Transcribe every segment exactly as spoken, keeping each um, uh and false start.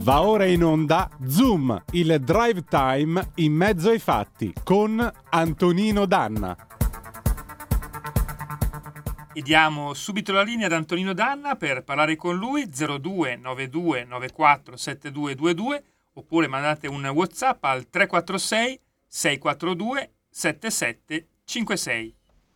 Va ora in onda Zoom, il drive time in mezzo ai fatti con Antonino Danna. E diamo subito la linea ad Antonino Danna per parlare con lui. Zero due nove due nove quattro sette due due due oppure mandate un WhatsApp al tre quattro sei sei quattro due sette sette cinque sei.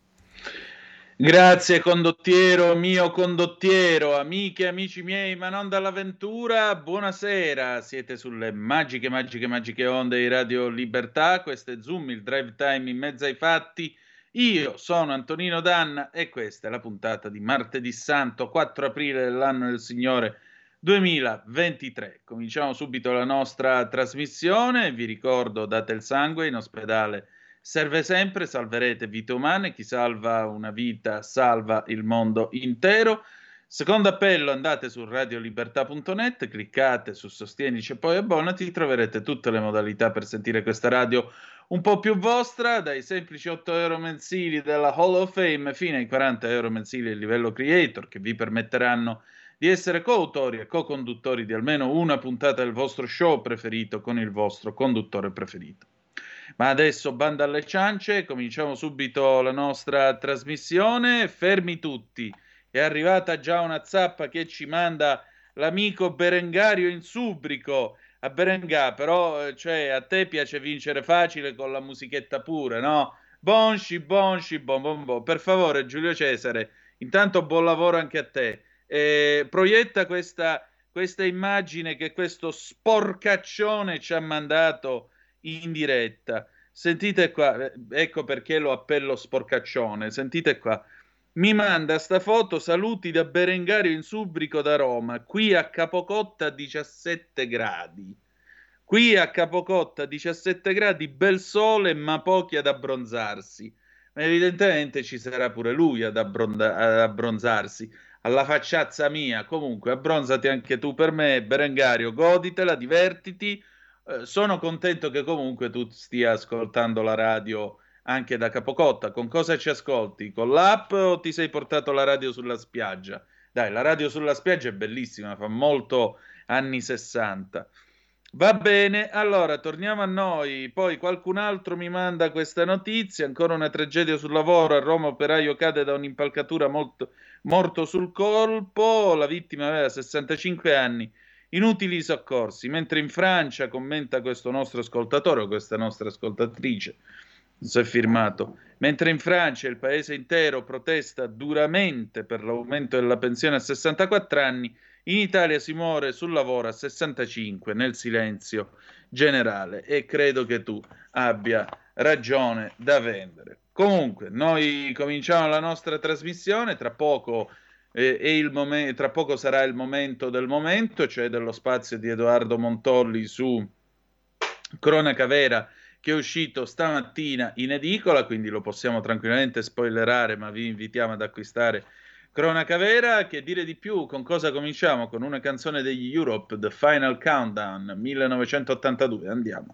Grazie condottiero, mio condottiero, amiche e amici miei, ma non dall'avventura, buonasera, siete sulle magiche, magiche, magiche onde di Radio Libertà, questo è Zoom, il drive time in mezzo ai fatti, io sono Antonino Danna e questa è la puntata di martedì santo, quattro aprile dell'anno del Signore duemilaventitré. Cominciamo subito la nostra trasmissione, vi ricordo, date il sangue, in ospedale serve sempre, salverete vite umane, chi salva una vita salva il mondo intero. Secondo appello, andate su radiolibertà punto net, cliccate su Sostienici e poi abbonati, troverete tutte le modalità per sentire questa radio un po' più vostra, dai semplici otto euro mensili della Hall of Fame fino ai quaranta euro mensili a livello creator, che vi permetteranno di essere coautori e co-conduttori di almeno una puntata del vostro show preferito con il vostro conduttore preferito. Ma adesso banda alle ciance, cominciamo subito la nostra trasmissione. Fermi tutti, è arrivata già una zappa che ci manda l'amico Berengario in Subrico. A Berengà, però, cioè, a te piace vincere facile con la musichetta pure, no? Bonsci, bonsci, bon, bon, bon. Per favore, Giulio Cesare, intanto buon lavoro anche a te. Eh, proietta questa, questa immagine che questo sporcaccione ci ha mandato in diretta. Sentite qua, ecco perché lo appello sporcaccione. Sentite qua, mi manda sta foto, saluti da Berengario in Subrico da Roma, qui a Capocotta diciassette gradi, qui a Capocotta diciassette gradi, bel sole ma pochi ad abbronzarsi. Ma evidentemente ci sarà pure lui ad, abbronda- ad abbronzarsi, alla facciazza mia. Comunque abbronzati anche tu per me, Berengario, goditela, divertiti. Sono contento che comunque tu stia ascoltando la radio anche da Capocotta. Con cosa ci ascolti? Con l'app o ti sei portato la radio sulla spiaggia? Dai, la radio sulla spiaggia è bellissima, fa molto anni sessanta. Va bene, allora torniamo a noi. Poi qualcun altro mi manda questa notizia, ancora una tragedia sul lavoro, a Roma operaio cade da un'impalcatura, molto, morto sul colpo, la vittima aveva sessantacinque anni. Inutili soccorsi, mentre in Francia, commenta questo nostro ascoltatore o questa nostra ascoltatrice, non si è firmato, mentre in Francia il paese intero protesta duramente per l'aumento della pensione a sessantaquattro anni, in Italia si muore sul lavoro a sessantacinque nel silenzio generale, e credo che tu abbia ragione da vendere. Comunque, noi cominciamo la nostra trasmissione, tra poco E, e il momen- tra poco sarà il momento del momento, cioè dello spazio di Edoardo Montolli su Cronaca Vera, che è uscito stamattina in edicola, quindi lo possiamo tranquillamente spoilerare, ma vi invitiamo ad acquistare Cronaca Vera. Che dire di più? Con cosa cominciamo? Con una canzone degli Europe, The Final Countdown, millenovecentottantadue, andiamo.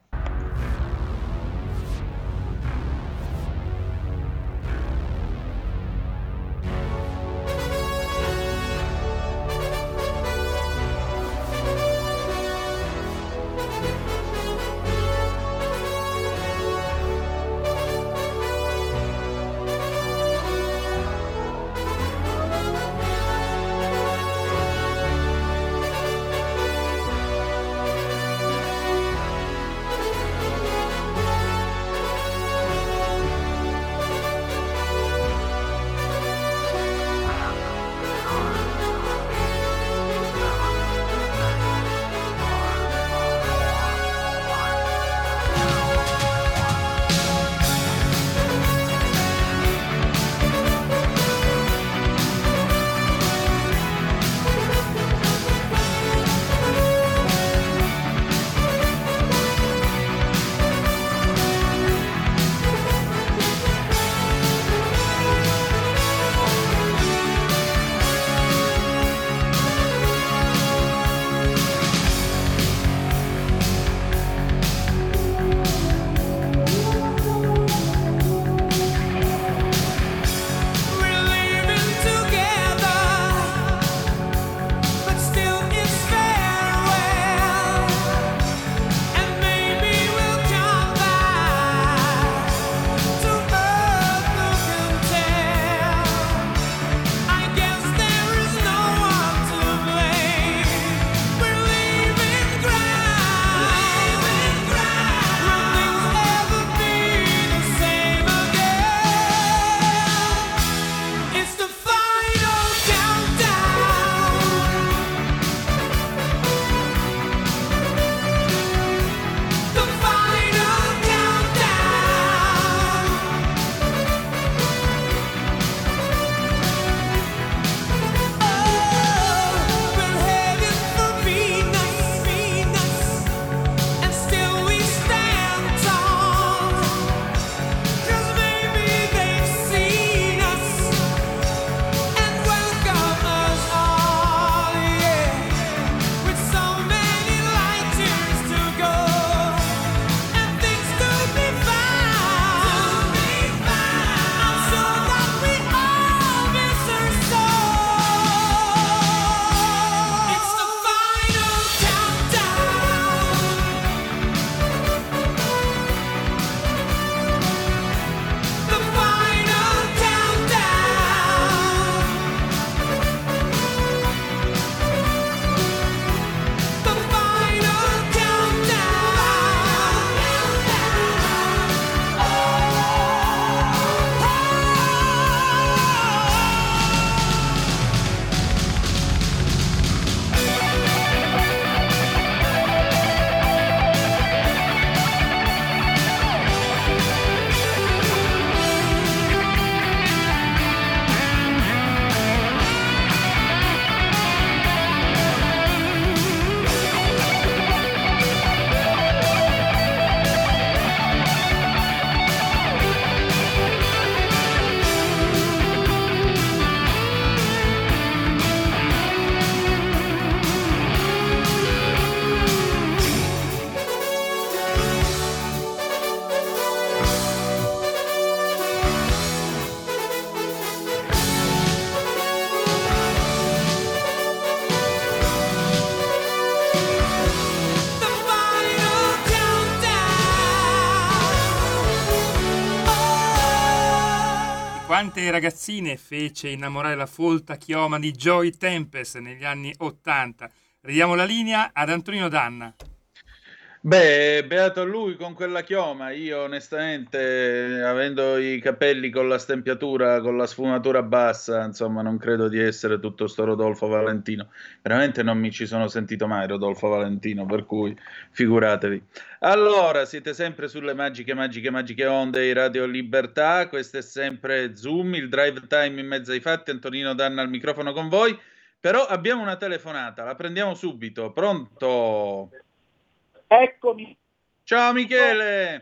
Quante ragazzine fece innamorare la folta chioma di Joey Tempest negli anni ottanta? Ridiamo la linea ad Antonino Danna. Beh, beato a lui con quella chioma. Io onestamente, avendo i capelli con la stempiatura, con la sfumatura bassa, insomma, non credo di essere tutto sto Rodolfo Valentino. Veramente non mi ci sono sentito mai Rodolfo Valentino, per cui figuratevi. Allora, siete sempre sulle magiche, magiche, magiche onde di Radio Libertà. Questo è sempre Zoom, il drive time in mezzo ai fatti. Antonino Danna al microfono con voi. Però abbiamo una telefonata, la prendiamo subito. Pronto? Eccomi. Ciao Michele.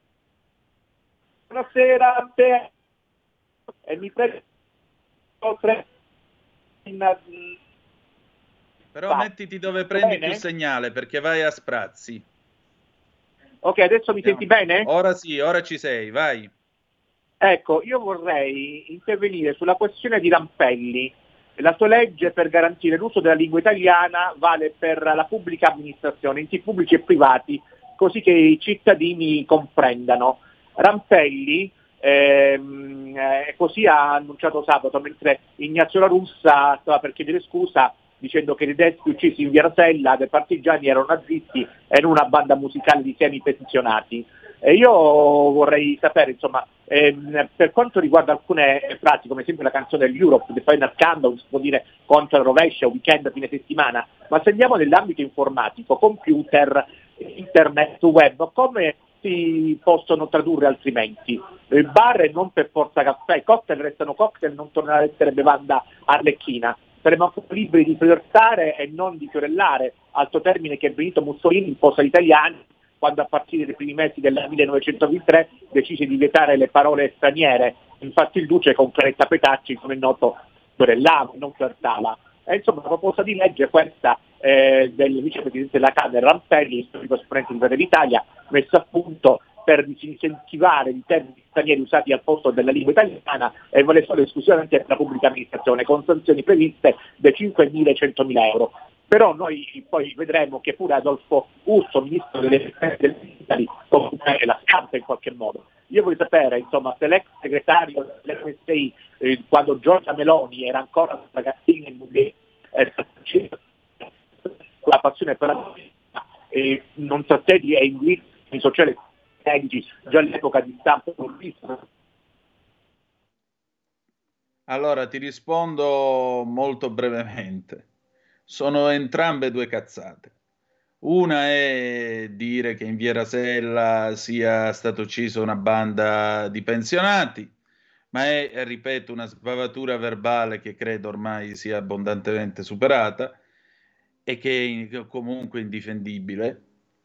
Buonasera a te. E mi prego in... Però mettiti dove prendi bene? Più segnale, perché vai a sprazzi. Ok, adesso mi senti bene? Ora sì, ora ci sei, vai. Ecco, io vorrei intervenire sulla questione di Rampelli. La sua legge per garantire l'uso della lingua italiana vale per la pubblica amministrazione, enti pubblici e privati, così che i cittadini comprendano. Rampelli, ehm, eh, così ha annunciato sabato, mentre Ignazio La Russa stava per chiedere scusa dicendo che i tedeschi uccisi in via Rasella dai partigiani erano nazisti e non una banda musicale di semi-pensionati. E io vorrei sapere, insomma, ehm, per quanto riguarda alcune frasi, come sempre la canzone dell'Europe, The Final Countdown, si può dire contro la rovescia, weekend, fine settimana, ma se andiamo nell'ambito informatico, computer, internet, web, come si possono tradurre altrimenti? Eh, bar e non per forza caffè, cocktail restano cocktail, non tornerà ad essere bevanda arlecchina. Saremo ancora liberi di flirtare e non di fiorellare, alto termine che Benito Mussolini impose agli italiani quando a partire dai primi mesi del millenovecentoventitré decise di vietare le parole straniere. Infatti il duce con Claretta Petacci, come è noto, querellava, non flirtava. E insomma la proposta di legge questa eh, del vicepresidente della Camera Rampelli, storico esponente di Fratelli d'Italia, messa a punto per disincentivare i termini stranieri usati al posto della lingua italiana e vuole solo esclusivamente per la pubblica amministrazione, con sanzioni previste da cinquemila a centomila euro. Però noi poi vedremo che pure Adolfo Urso, ministro delle Italia, comunque la stampa in qualche modo. Io voglio sapere, insomma, se l'ex segretario dell'M S I, eh, quando Giorgia Meloni era ancora ragazzina in Bulgaria, eh, la passione per la politica, eh, non trattati e in sociali già all'epoca di stampa. Allora ti rispondo molto brevemente. Sono entrambe due cazzate. Una è dire che in via Rasella sia stata uccisa una banda di pensionati, ma è, ripeto, una sbavatura verbale che credo ormai sia abbondantemente superata e che è comunque indifendibile.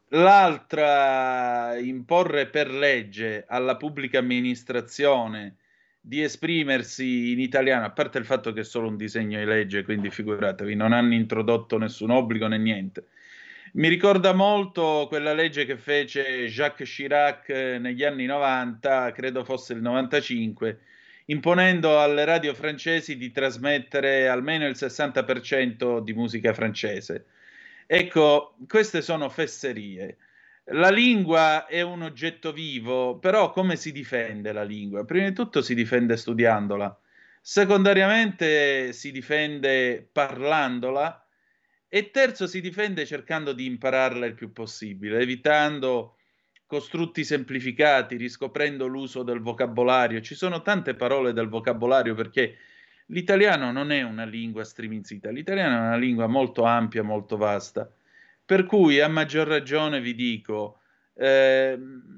L'altra, imporre per legge alla pubblica amministrazione di esprimersi in italiano, a parte il fatto che è solo un disegno di legge, quindi figuratevi, non hanno introdotto nessun obbligo né niente. Mi ricorda molto quella legge che fece Jacques Chirac negli anni novanta, credo fosse il novantacinque, imponendo alle radio francesi di trasmettere almeno il sessanta per cento di musica francese. Ecco, queste sono fesserie. La lingua è un oggetto vivo, però come si difende la lingua? Prima di tutto si difende studiandola, secondariamente si difende parlandola e terzo si difende cercando di impararla il più possibile, evitando costrutti semplificati, riscoprendo l'uso del vocabolario. Ci sono tante parole del vocabolario perché l'italiano non è una lingua striminzita, l'italiano è una lingua molto ampia, molto vasta. Per cui a maggior ragione vi dico, eh,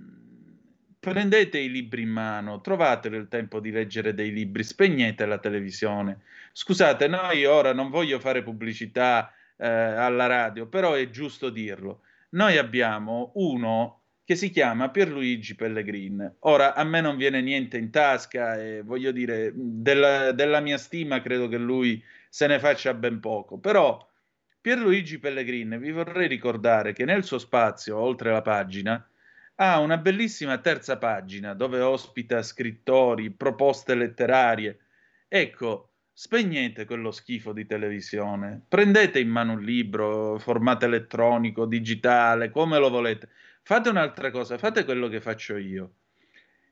prendete i libri in mano, trovate il tempo di leggere dei libri, spegnete la televisione. Scusate, noi ora non voglio fare pubblicità eh, alla radio, però è giusto dirlo. Noi abbiamo uno che si chiama Pierluigi Pellegrin. Ora, a me non viene niente in tasca e voglio dire, della, della mia stima credo che lui se ne faccia ben poco, però Pierluigi Pellegrin, vi vorrei ricordare che nel suo spazio, oltre la pagina, ha una bellissima terza pagina dove ospita scrittori, proposte letterarie. Ecco, spegnete quello schifo di televisione, prendete in mano un libro, formato elettronico, digitale, come lo volete. Fate un'altra cosa, fate quello che faccio io.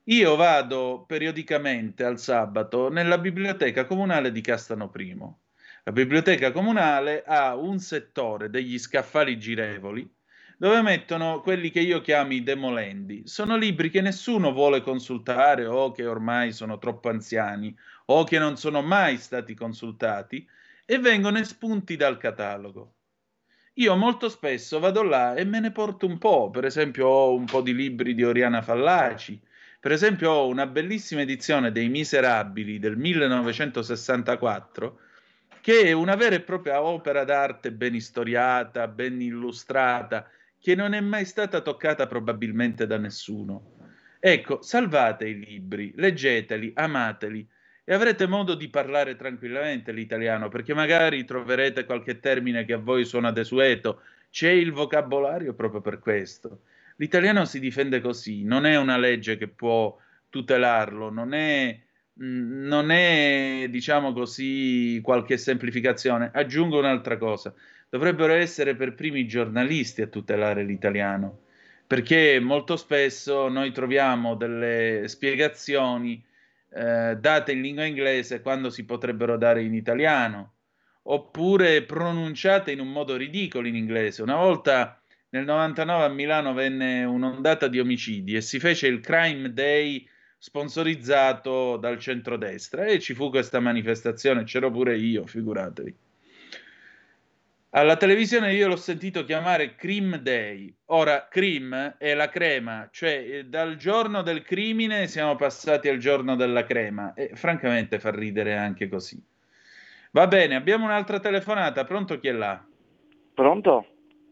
Io vado periodicamente al sabato nella biblioteca comunale di Castano Primo. La biblioteca comunale ha un settore degli scaffali girevoli dove mettono quelli che io chiamo i demolendi. Sono libri che nessuno vuole consultare o che ormai sono troppo anziani o che non sono mai stati consultati e vengono espunti dal catalogo. Io molto spesso vado là e me ne porto un po', per esempio ho un po' di libri di Oriana Fallaci, per esempio ho una bellissima edizione dei Miserabili del millenovecentosessantaquattro, che è una vera e propria opera d'arte ben istoriata, ben illustrata, che non è mai stata toccata probabilmente da nessuno. Ecco, salvate i libri, leggeteli, amateli e avrete modo di parlare tranquillamente l'italiano, perché magari troverete qualche termine che a voi suona desueto. C'è il vocabolario proprio per questo. L'italiano si difende così, non è una legge che può tutelarlo, non è, mh, non è, diciamo così, qualche semplificazione. Aggiungo un'altra cosa, dovrebbero essere per primi i giornalisti a tutelare l'italiano, perché molto spesso noi troviamo delle spiegazioni eh, date in lingua inglese quando si potrebbero dare in italiano, oppure pronunciate in un modo ridicolo in inglese. Una volta nel novantanove a Milano venne un'ondata di omicidi e si fece il Crime Day sponsorizzato dal centrodestra e ci fu questa manifestazione, c'ero pure io, figuratevi. Alla televisione io l'ho sentito chiamare Cream Day. Ora, cream è la crema, cioè eh, dal giorno del crimine siamo passati al giorno della crema e francamente fa ridere anche così. Va bene, abbiamo un'altra telefonata, pronto chi è là? Pronto?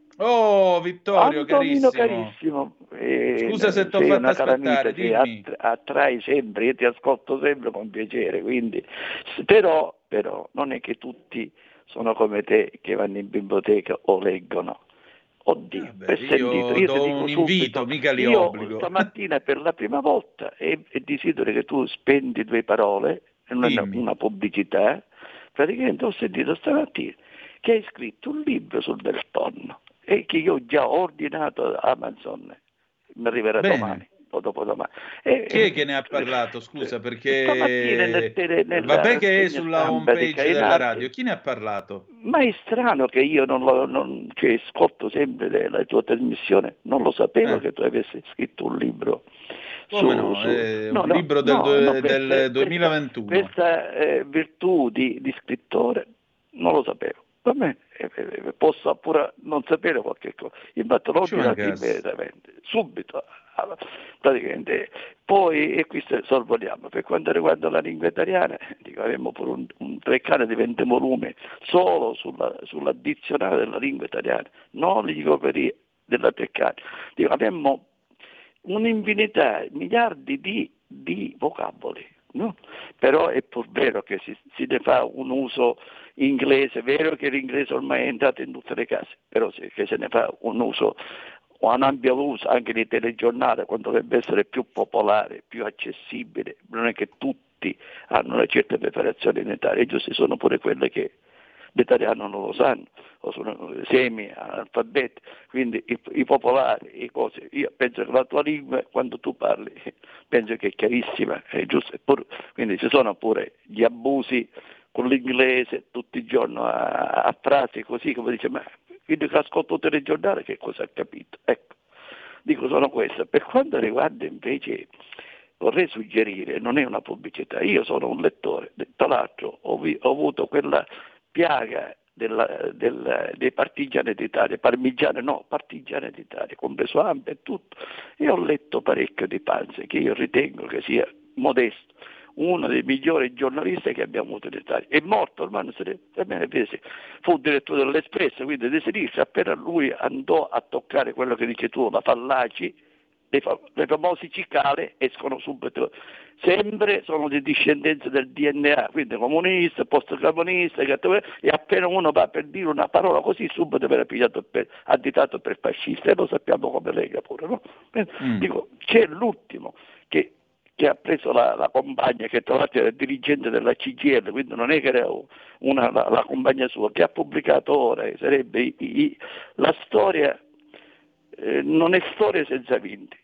Oh, Vittorio, Antonino carissimo. carissimo, eh, Scusa se t'ho sei fatto una aspettare, calamita che dimmi. att- attrai sempre, io ti ascolto sempre con piacere, quindi, s- però, però non è che tutti sono come te che vanno in biblioteca o leggono. Oddio, Vabbè, per sentito, io io ti do dico un invito, subito, mica li io obbligo. stamattina per la prima volta e, e desidero che tu spendi due parole, una, Dimmi. una pubblicità, praticamente ho sentito stamattina che hai scritto un libro sul bel tonno e che io ho già ordinato a Amazon, mi arriverà Bene. domani o dopodomani. E, Chi è che ne ha parlato? Scusa, stamattina nel, perché tele- nella vabbè che è rassegna sulla stampa di homepage della Cainardi, radio. Chi ne ha parlato? ma è strano che io non lo non, cioè, ascolto sempre le- la tua trasmissione, non lo sapevo Eh, che tu avessi scritto un libro come su, no? su È no, un no, libro del, no, no, due- questa, del questa, duemilaventuno. questa eh, virtù di, di scrittore non lo sapevo. Per me eh, eh, posso pure non sapere qualche cosa, infatti l'ho Ci ordinato mancasse. immediatamente, subito, ah, praticamente. Poi, e qui se- sorvoliamo, per quanto riguarda la lingua italiana, dico, avremmo pure un, un treccane di venti volumi solo sulla, sulla dizionario della lingua italiana, non l'enciclopedia della Treccani. Dico, avremmo un'infinità, miliardi di, di vocaboli, no? Però è pur vero che si, si ne fa un uso inglese, è vero che l'inglese ormai è entrato in tutte le case, però se, che se ne fa un uso o un ampio uso anche di telegiornale quando dovrebbe essere più popolare, più accessibile, non è che tutti hanno una certa preparazione in Italia, giusto, sono pure quelle che l'italiano non lo sanno o sono semi-analfabeti, quindi i, i popolari, i cose. Io penso che la tua lingua, quando tu parli, penso che è chiarissima, è giusto, pur, quindi ci sono pure gli abusi con l'inglese tutti i giorni a, a frasi così, come dice, ma quindi che ascolto il telegiornale che cosa ha capito? Ecco, dico sono queste. Per quanto riguarda invece, vorrei suggerire, non è una pubblicità, io sono un lettore, tra l'altro ho, vi, ho avuto quella piaga della, del, dei partigiani d'Italia, parmigiani no, partigiani d'Italia, compreso Ampe e tutto, e ho letto parecchio di Panzi, che io ritengo che sia modesto, uno dei migliori giornalisti che abbiamo avuto in Italia. È morto ormai, non se ne, fu direttore dell'Espresso, quindi di sinistra, appena lui andò a toccare quello che dice tu, la Fallaci, le, fam- le famose cicale escono subito, sempre sono di discendenza del D N A, quindi comunista, post-comunista, e appena uno va per dire una parola così subito viene pigliato per, additato per fascista, e lo sappiamo come Lega pure, no? Mm. Dico, c'è l'ultimo che che ha preso la, la compagna, che tra l'altro era dirigente della C G I L, quindi non è che era una, la, la compagna sua, che ha pubblicato ora, sarebbe i, i, la storia, eh, non è storia senza vinti,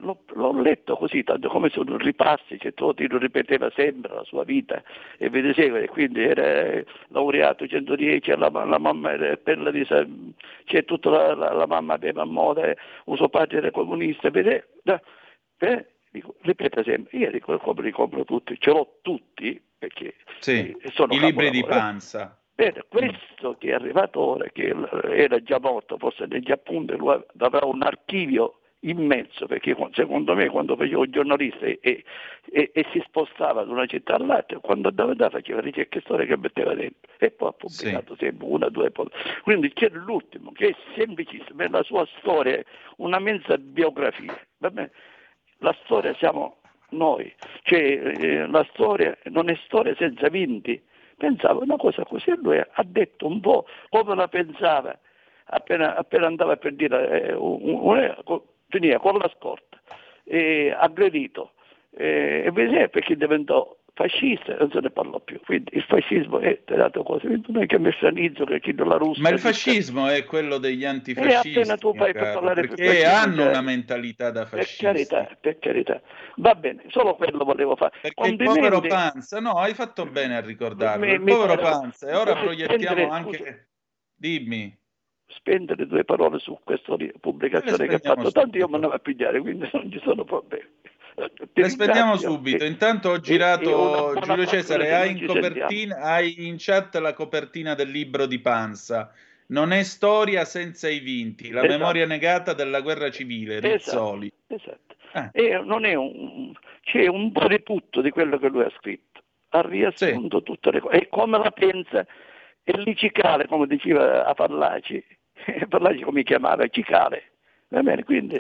l'ho, l'ho letto così, tanto come sono ripassi, che Toti lo ripeteva sempre la sua vita e vede segue, quindi era laureato centodieci, la, la mamma era bella di c'è tutta la, la, la mamma aveva amore, un suo padre era comunista, vede, da, eh, dico, ripete sempre, io dico, come li compro tutti, ce l'ho tutti, perché sì, sono i libri di capolavori. Panza. Bene, questo che è arrivato ora, che era già morto, forse negli appunti, lui avrà un archivio immenso, perché secondo me quando facevo il giornalista e, e, e si spostava da una città all'altra, quando andava da faceva ricerche storie che metteva dentro e poi ha pubblicato sì. sempre una o due volte. Quindi c'è l'ultimo che è semplicissimo, è la sua storia, una mezza biografia. Va bene? La storia siamo noi, cioè eh, la storia non è storia senza vinti. Pensava una cosa così e lui ha detto un po' come la pensava appena, appena andava per dire eh, un, un, un, veniva con la scorta, eh, aggredito, eh, e vedete perché diventò fascista e non se ne parlò più. Quindi il fascismo è dato così, non è che messanizzo che chi della Russia. Ma il fascismo è quello degli antifascisti, e appena tu fai per caro, parlare perché per hanno cioè, una mentalità da fascisti. Per carità, per carità. Va bene, solo quello volevo fare. Perché il povero Pansa, no, hai fatto bene a ricordarlo, mi, il mi povero pare, Pansa, e ora proiettiamo spendere, anche... Scusa, Dimmi. Spendere due parole su questa pubblicazione che ha fatto, subito. tanto io me ne vado a pigliare, quindi non ci sono problemi. Ti Le spendiamo ringrazio. subito. E, Intanto ho e, girato, e Giulio Cesare, hai in, copertina, copertina, hai in chat la copertina del libro di Pansa. Non è storia senza i vinti, la esatto. memoria negata della guerra civile, Rizzoli. Esatto, esatto. Eh. E non è un, c'è un po' di tutto di quello che lui ha scritto. Ha riassunto sì. tutte le cose. E come la pensa, è lì cicale, come diceva a Fallaci. Fallaci come chiamava? Cicale. Va bene, quindi...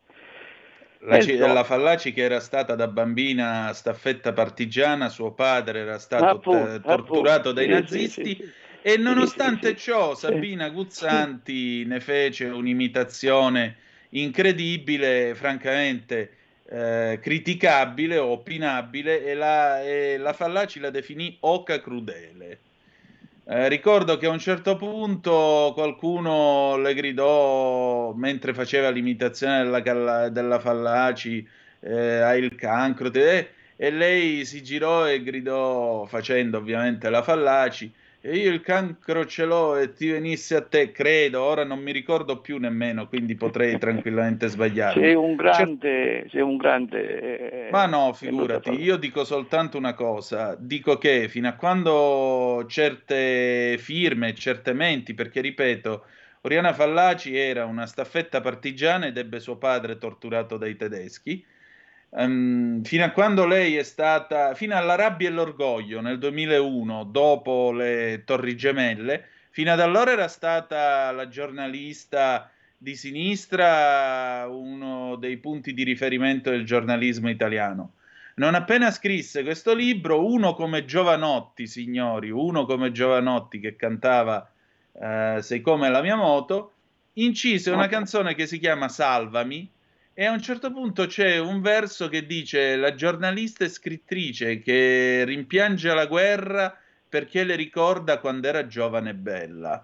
La, C- la Fallaci che era stata da bambina staffetta partigiana, suo padre era stato appunto, t- torturato appunto. dai Sì, nazisti sì, sì, sì. e nonostante sì, sì, ciò sì. Sabina Guzzanti ne fece un'imitazione incredibile, francamente eh, criticabile o opinabile e la, e la Fallaci la definì oca crudele. Eh, ricordo che a un certo punto qualcuno le gridò mentre faceva l'imitazione della, Calla- della Fallaci, eh, hai il cancro, te- e lei si girò e gridò, facendo ovviamente la Fallaci, e io il cancro ce l'ho e ti venissi a te, credo, ora non mi ricordo più nemmeno, quindi potrei tranquillamente sbagliarmi. Sei un grande, sei un grande... Ma no, figurati, io dico soltanto una cosa, dico che fino a quando certe firme, certe menti, perché ripeto, Oriana Fallaci era una staffetta partigiana ed ebbe suo padre torturato dai tedeschi, um, fino a quando lei è stata, fino alla rabbia e l'orgoglio nel duemilauno, dopo le Torri Gemelle, fino ad allora era stata la giornalista di sinistra, uno dei punti di riferimento del giornalismo italiano. Non appena scrisse questo libro, uno come Giovanotti, signori, uno come Giovanotti che cantava eh, Sei come la mia moto, incise una canzone che si chiama Salvami e a un certo punto c'è un verso che dice la giornalista e scrittrice che rimpiange la guerra perché le ricorda quando era giovane e bella.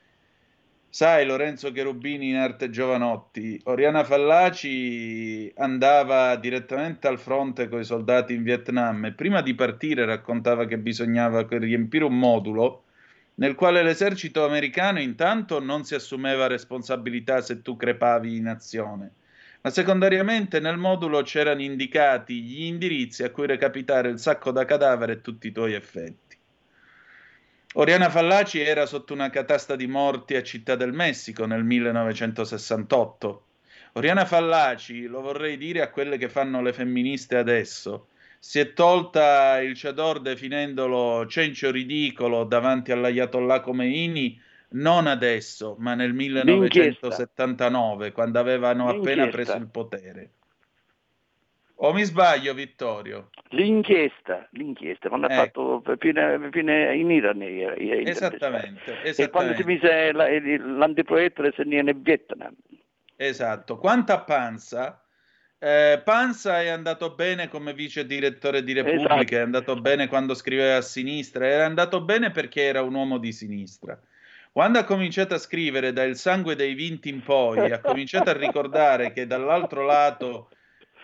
Sai, Lorenzo Cherubini in arte Giovanotti, Oriana Fallaci andava direttamente al fronte con i soldati in Vietnam e prima di partire raccontava che bisognava riempire un modulo nel quale l'esercito americano intanto non si assumeva responsabilità se tu crepavi in azione, ma secondariamente nel modulo c'erano indicati gli indirizzi a cui recapitare il sacco da cadavere e tutti i tuoi effetti. Oriana Fallaci era sotto una catasta di morti a Città del Messico nel millenovecentosessantotto. Oriana Fallaci, lo vorrei dire a quelle che fanno le femministe adesso, si è tolta il chador definendolo cencio ridicolo davanti all'Ayatollah Khomeini non adesso, ma nel millenovecentosettantanove, quando avevano appena preso il potere. O mi sbaglio, Vittorio? L'inchiesta, l'inchiesta, quando ecco. ha fatto fino, fino in Iran. Esattamente, esattamente. E quando si mise la, l'antiproiettore se nel Vietnam. Esatto. Quanto a Pansa, eh, Pansa è andato bene come vice direttore di Repubblica, esatto. È andato bene quando scriveva a sinistra, era andato bene perché era un uomo di sinistra. Quando ha cominciato a scrivere da Il sangue dei vinti in poi, ha cominciato a ricordare che dall'altro lato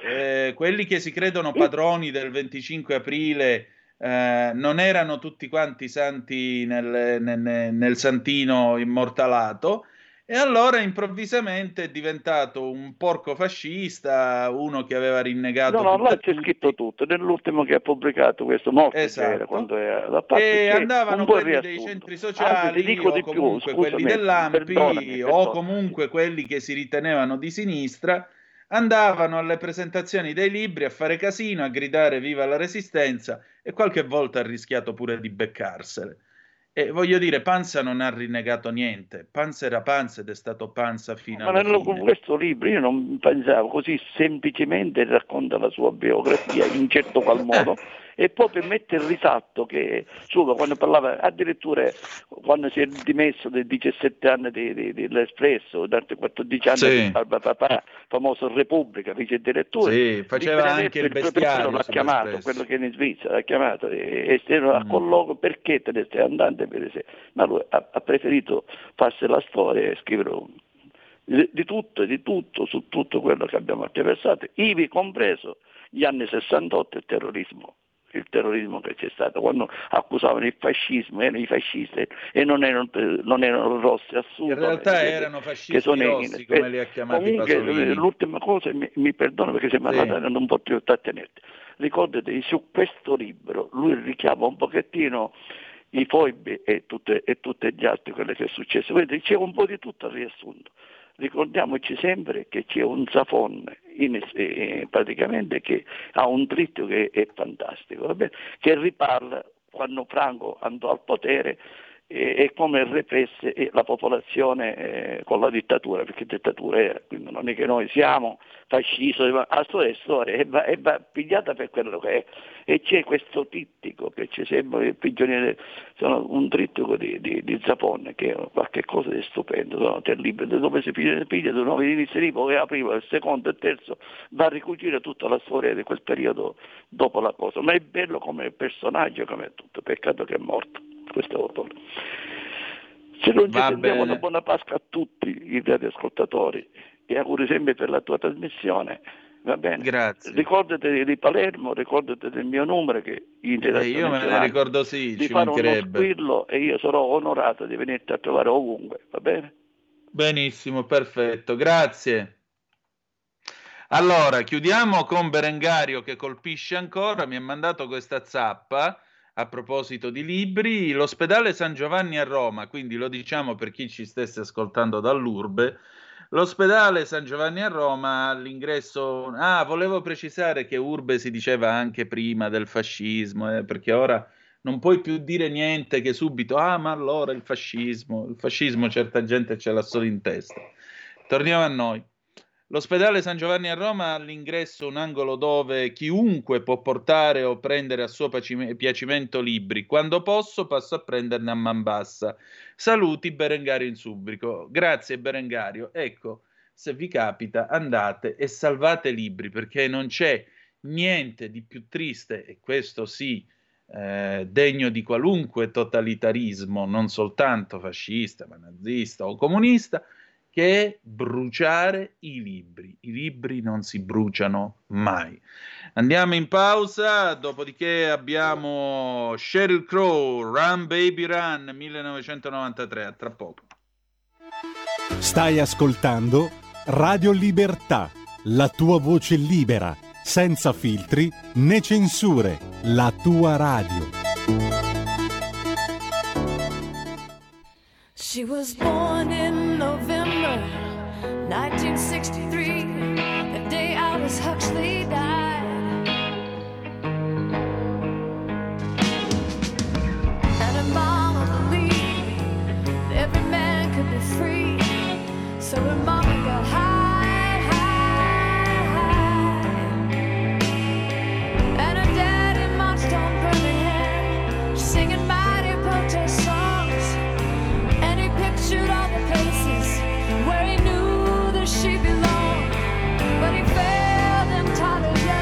eh, quelli che si credono padroni del venticinque aprile eh, non erano tutti quanti santi nel, nel, nel santino immortalato, e allora improvvisamente è diventato un porco fascista, uno che aveva rinnegato. No, no, là c'è tutti. scritto tutto, nell'ultimo che ha pubblicato questo, molto Esatto. c'era, quando era da parte, e andavano quelli dei riassunto. centri sociali, Anzi, ti dico o di comunque più, quelli scusami, dell'A M P, perdonami, o perdonami. comunque quelli che si ritenevano di sinistra, andavano alle presentazioni dei libri a fare casino, a gridare viva la resistenza, e qualche volta ha rischiato pure di beccarsele. E voglio dire, Pansa non ha rinnegato niente. Pansa era Pansa ed è stato Pansa fino Ma alla nello, fine. con questo libro io non pensavo, così semplicemente racconta la sua biografia in certo qual modo, e poi per mettere il risatto che subito quando parlava, addirittura quando si è dimesso dei diciassette anni di, di, di dell'Espresso, da quattordici anni Sì. di Papà, famoso Repubblica, vice direttore, Sì, faceva anche il bestiario l'ha chiamato, sull'Espresso. quello che è in Svizzera l'ha chiamato e, e se a Mm. colloquio, perché te ne stai andando, per esempio. Ma lui ha, ha preferito farsi la storia e scrivere un, di, di tutto e di tutto su tutto quello che abbiamo attraversato, ivi compreso gli anni sessantotto, il terrorismo, il terrorismo che c'è stato, quando accusavano il fascismo, erano i fascisti e non erano, non erano rossi, assolutamente. In realtà erano fascisti rossi, come li ha chiamati Comunque, Pasolini. l'ultima cosa, mi, mi perdono perché se mi Sì. andata non posso trattenerti. Ricordati, su questo libro lui richiama un pochettino i foibi e, tutte, e tutti gli altri, quello che è successo. Quindi c'è un po' di tutto riassunto. Ricordiamoci sempre che c'è un Zafon in, eh, praticamente che ha un dritto che è, è fantastico, va bene? Che riparla quando Franco andò al potere e, e come represse eh, la popolazione eh, con la dittatura, perché dittatura era, quindi non è che noi siamo fascisti, ma la storia è storia e va, e va pigliata per quello che è. E c'è questo trittico che c'è sempre il prigioniere, sono un trittico di, di, di Zafon che è qualche cosa di stupendo, sono tre libri dove si piglia, si piglia di nuovo l'inizio libro che è la prima, il secondo e il terzo, va a ricucire tutta la storia di quel periodo dopo la cosa, ma è bello come personaggio, come tutto, peccato che è morto questo autore. Se non ci Va sentiamo, bene. una buona Pasqua a tutti i radioascoltatori e auguri sempre per la tua trasmissione. Va bene? Grazie. Ricordati di Palermo, ricordati del mio numero che in Eh, io me ne ricordo, sì, di ci fare uno mancherebbe. squillo e io sarò onorato di venirti a trovare ovunque, va bene? Benissimo, perfetto, grazie. Allora, chiudiamo con Berengario che colpisce ancora, mi ha mandato questa zappa a proposito di libri, l'ospedale San Giovanni a Roma, quindi lo diciamo per chi ci stesse ascoltando dall'Urbe, l'ospedale San Giovanni a Roma all'ingresso, ah, volevo precisare che Urbe si diceva anche prima del fascismo, eh, perché ora non puoi più dire niente che subito, ah, ma allora il fascismo, il fascismo certa gente ce l'ha solo in testa. Torniamo a noi. L'ospedale San Giovanni a Roma ha all'ingresso un angolo dove chiunque può portare o prendere a suo pacime- piacimento libri. Quando posso passo a prenderne a man bassa. Saluti Berengario in Subrico. Grazie Berengario. Ecco, se vi capita andate e salvate libri, perché non c'è niente di più triste, e questo sì, eh, degno di qualunque totalitarismo, non soltanto fascista, ma nazista o comunista, che è bruciare i libri. I libri non si bruciano mai. Andiamo in pausa, dopodiché abbiamo Sheryl Crow, Run Baby Run, millenovecentonovantatré, a tra poco. Stai ascoltando Radio Libertà, la tua voce libera, senza filtri né censure, la tua radio. She was born in November nineteen sixty-three, the day Aldous Huxley died. And her mama believed that every man could be free, so her mama got high, high, high. And her daddy marched on Birmingham, singing mighty protest songs. Pictured all the places where he knew that she belonged, but he failed entirely.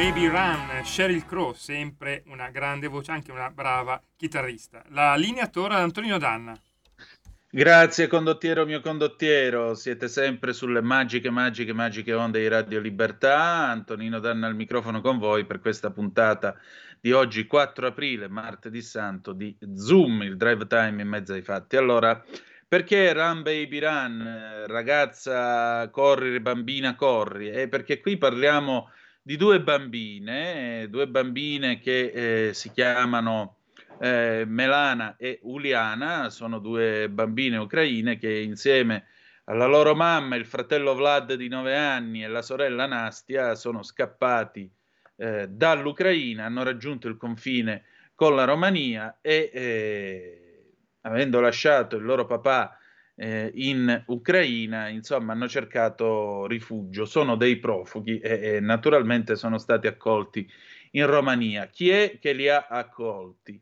Baby Run, Sheryl Crow, sempre una grande voce, anche una brava chitarrista. La linea torna ad Antonino Danna. Grazie condottiero mio condottiero, siete sempre sulle magiche, magiche, magiche onde di Radio Libertà. Antonino Danna al microfono con voi per questa puntata di oggi quattro aprile, martedì santo, di Zoom, il drive time in mezzo ai fatti. Allora, perché Run Baby Run, ragazza corri, bambina corri? Eh, perché qui parliamo di due bambine, eh, due bambine che eh, si chiamano... Eh, Melana e Uliana, sono due bambine ucraine che insieme alla loro mamma, il fratello Vlad di nove anni e la sorella Nastia sono scappati eh, dall'Ucraina, hanno raggiunto il confine con la Romania e eh, avendo lasciato il loro papà eh, in Ucraina, insomma, hanno cercato rifugio, sono dei profughi e, e naturalmente sono stati accolti in Romania. Chi è che li ha accolti?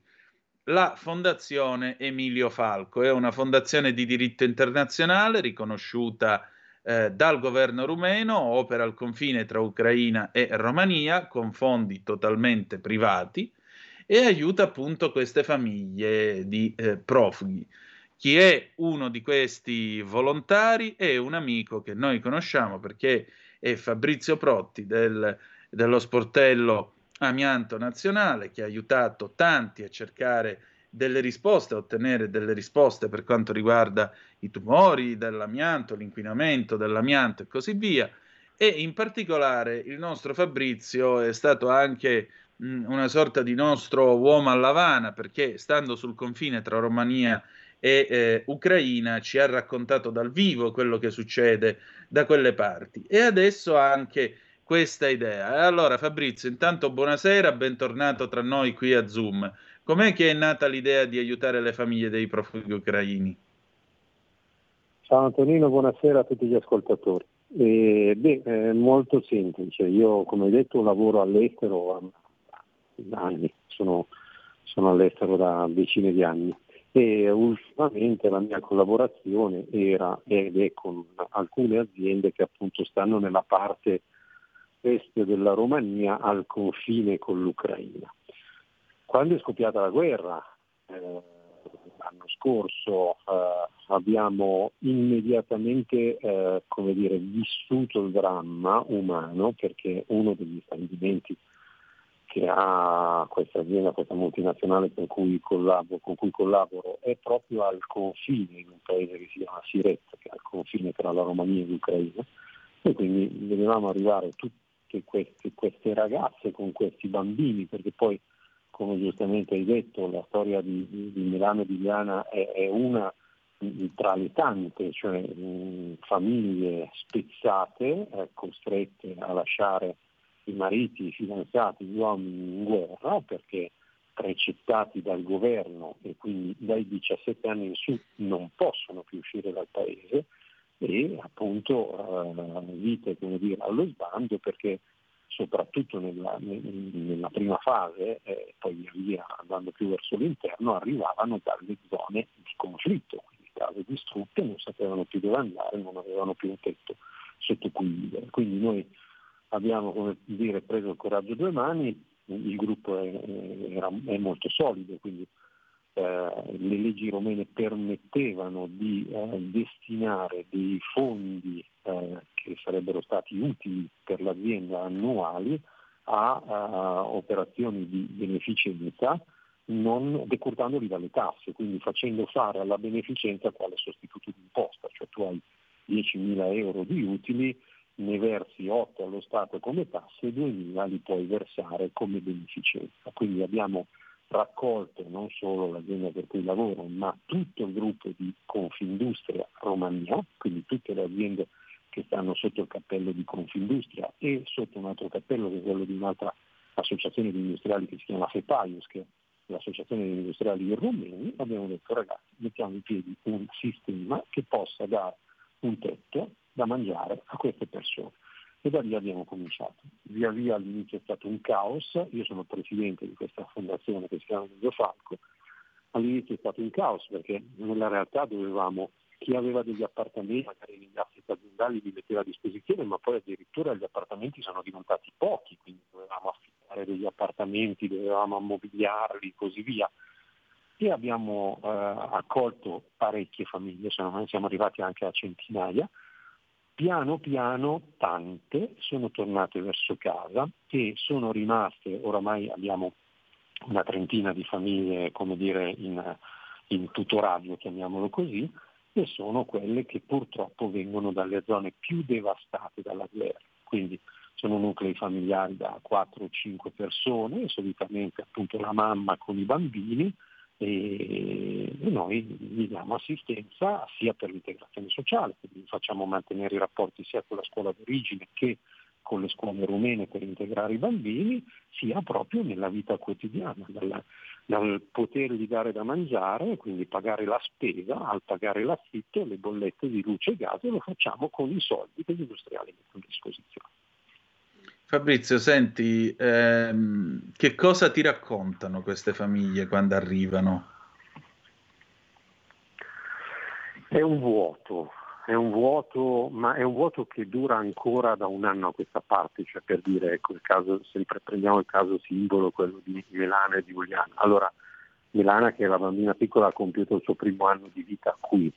La Fondazione Emilio Falco è una fondazione di diritto internazionale riconosciuta eh, dal governo rumeno, opera al confine tra Ucraina e Romania con fondi totalmente privati e aiuta appunto queste famiglie di eh, profughi. Chi è uno di questi volontari è un amico che noi conosciamo perché è Fabrizio Protti del, dello sportello Amianto Nazionale, che ha aiutato tanti a cercare delle risposte, a ottenere delle risposte per quanto riguarda i tumori dell'amianto, l'inquinamento dell'amianto e così via. E in particolare il nostro Fabrizio è stato anche mh, una sorta di nostro uomo a Lavana, perché stando sul confine tra Romania e eh, Ucraina ci ha raccontato dal vivo quello che succede da quelle parti. E adesso anche questa idea. E allora Fabrizio, intanto buonasera, bentornato tra noi qui a Zoom. Com'è che è nata l'idea di aiutare le famiglie dei profughi ucraini? Ciao Antonino, buonasera a tutti gli ascoltatori. Eh, beh, è molto semplice. Io, come hai detto, lavoro all'estero da anni, sono, sono all'estero da decine di anni e ultimamente la mia collaborazione era ed è con alcune aziende che appunto stanno nella parte est della Romania al confine con l'Ucraina. Quando è scoppiata la guerra eh, l'anno scorso eh, abbiamo immediatamente eh, come dire, vissuto il dramma umano, perché uno degli stabilimenti che ha questa azienda, questa multinazionale con cui collaboro, con cui collaboro è proprio al confine, in un paese che si chiama Siret, che è al confine tra la Romania e l'Ucraina, e quindi dovevamo arrivare tutti Queste, queste ragazze con questi bambini, perché poi, come giustamente hai detto, la storia di, di Melano e di Diana è, è una tra le tante, cioè mh, famiglie spezzate, eh, costrette a lasciare i mariti, i fidanzati, gli uomini in guerra, perché precettati dal governo e quindi dai diciassette anni in su non possono più uscire dal paese, e appunto eh, vite, come dire, allo sbando, perché soprattutto nella, nella prima fase, eh, poi via via andando più verso l'interno, arrivavano dalle zone di conflitto, quindi case distrutte, non sapevano più dove andare, non avevano più un tetto sotto cui vivere. Quindi noi abbiamo, come dire, preso il coraggio a due mani, il gruppo è, è, è molto solido, quindi Eh, le leggi romene permettevano di eh, destinare dei fondi eh, che sarebbero stati utili per l'azienda annuali a, a operazioni di beneficenza, non decurtandoli dalle tasse, quindi facendo fare alla beneficenza quale sostituto di imposta, cioè tu hai diecimila euro di utili, ne versi otto allo Stato come tasse e duemila li puoi versare come beneficenza. Quindi abbiamo raccolto non solo l'azienda per cui lavoro, ma tutto il gruppo di Confindustria Romania, quindi tutte le aziende che stanno sotto il cappello di Confindustria e sotto un altro cappello che è quello di un'altra associazione di industriali che si chiama FEPAIUS, che è l'associazione degli industriali rumeni. Abbiamo detto: ragazzi, mettiamo in piedi un sistema che possa dare un tetto da mangiare a queste persone. E da lì abbiamo cominciato. Via via all'inizio è stato un caos, io sono presidente di questa fondazione che si chiama Emilio Falco. All'inizio è stato un caos perché nella realtà dovevamo, chi aveva degli appartamenti magari negli altri società aziendali li metteva a disposizione, ma poi addirittura gli appartamenti sono diventati pochi, quindi dovevamo affittare degli appartamenti, dovevamo ammobiliarli, così via. E abbiamo eh, accolto parecchie famiglie, siamo, siamo arrivati anche a centinaia. Piano piano tante sono tornate verso casa e sono rimaste, oramai abbiamo una trentina di famiglie, come dire, in, in tutoraggio, chiamiamolo così, e sono quelle che purtroppo vengono dalle zone più devastate dalla guerra. Quindi sono nuclei familiari da quattro o cinque persone, solitamente appunto la mamma con i bambini, e noi gli diamo assistenza sia per l'integrazione sociale, quindi facciamo mantenere i rapporti sia con la scuola d'origine che con le scuole rumene per integrare i bambini, sia proprio nella vita quotidiana, dal, dal potergli dare da mangiare, quindi pagare la spesa, al pagare l'affitto, le bollette di luce e gas, e lo facciamo con i soldi che gli industriali mettono a disposizione. Fabrizio, senti, ehm, che cosa ti raccontano queste famiglie quando arrivano? È un vuoto, è un vuoto, ma è un vuoto che dura ancora da un anno a questa parte, cioè per dire, ecco, il caso, sempre prendiamo il caso simbolo, quello di Milana e di Giuliana. Allora, Milana, che è la bambina piccola, ha compiuto il suo primo anno di vita qui,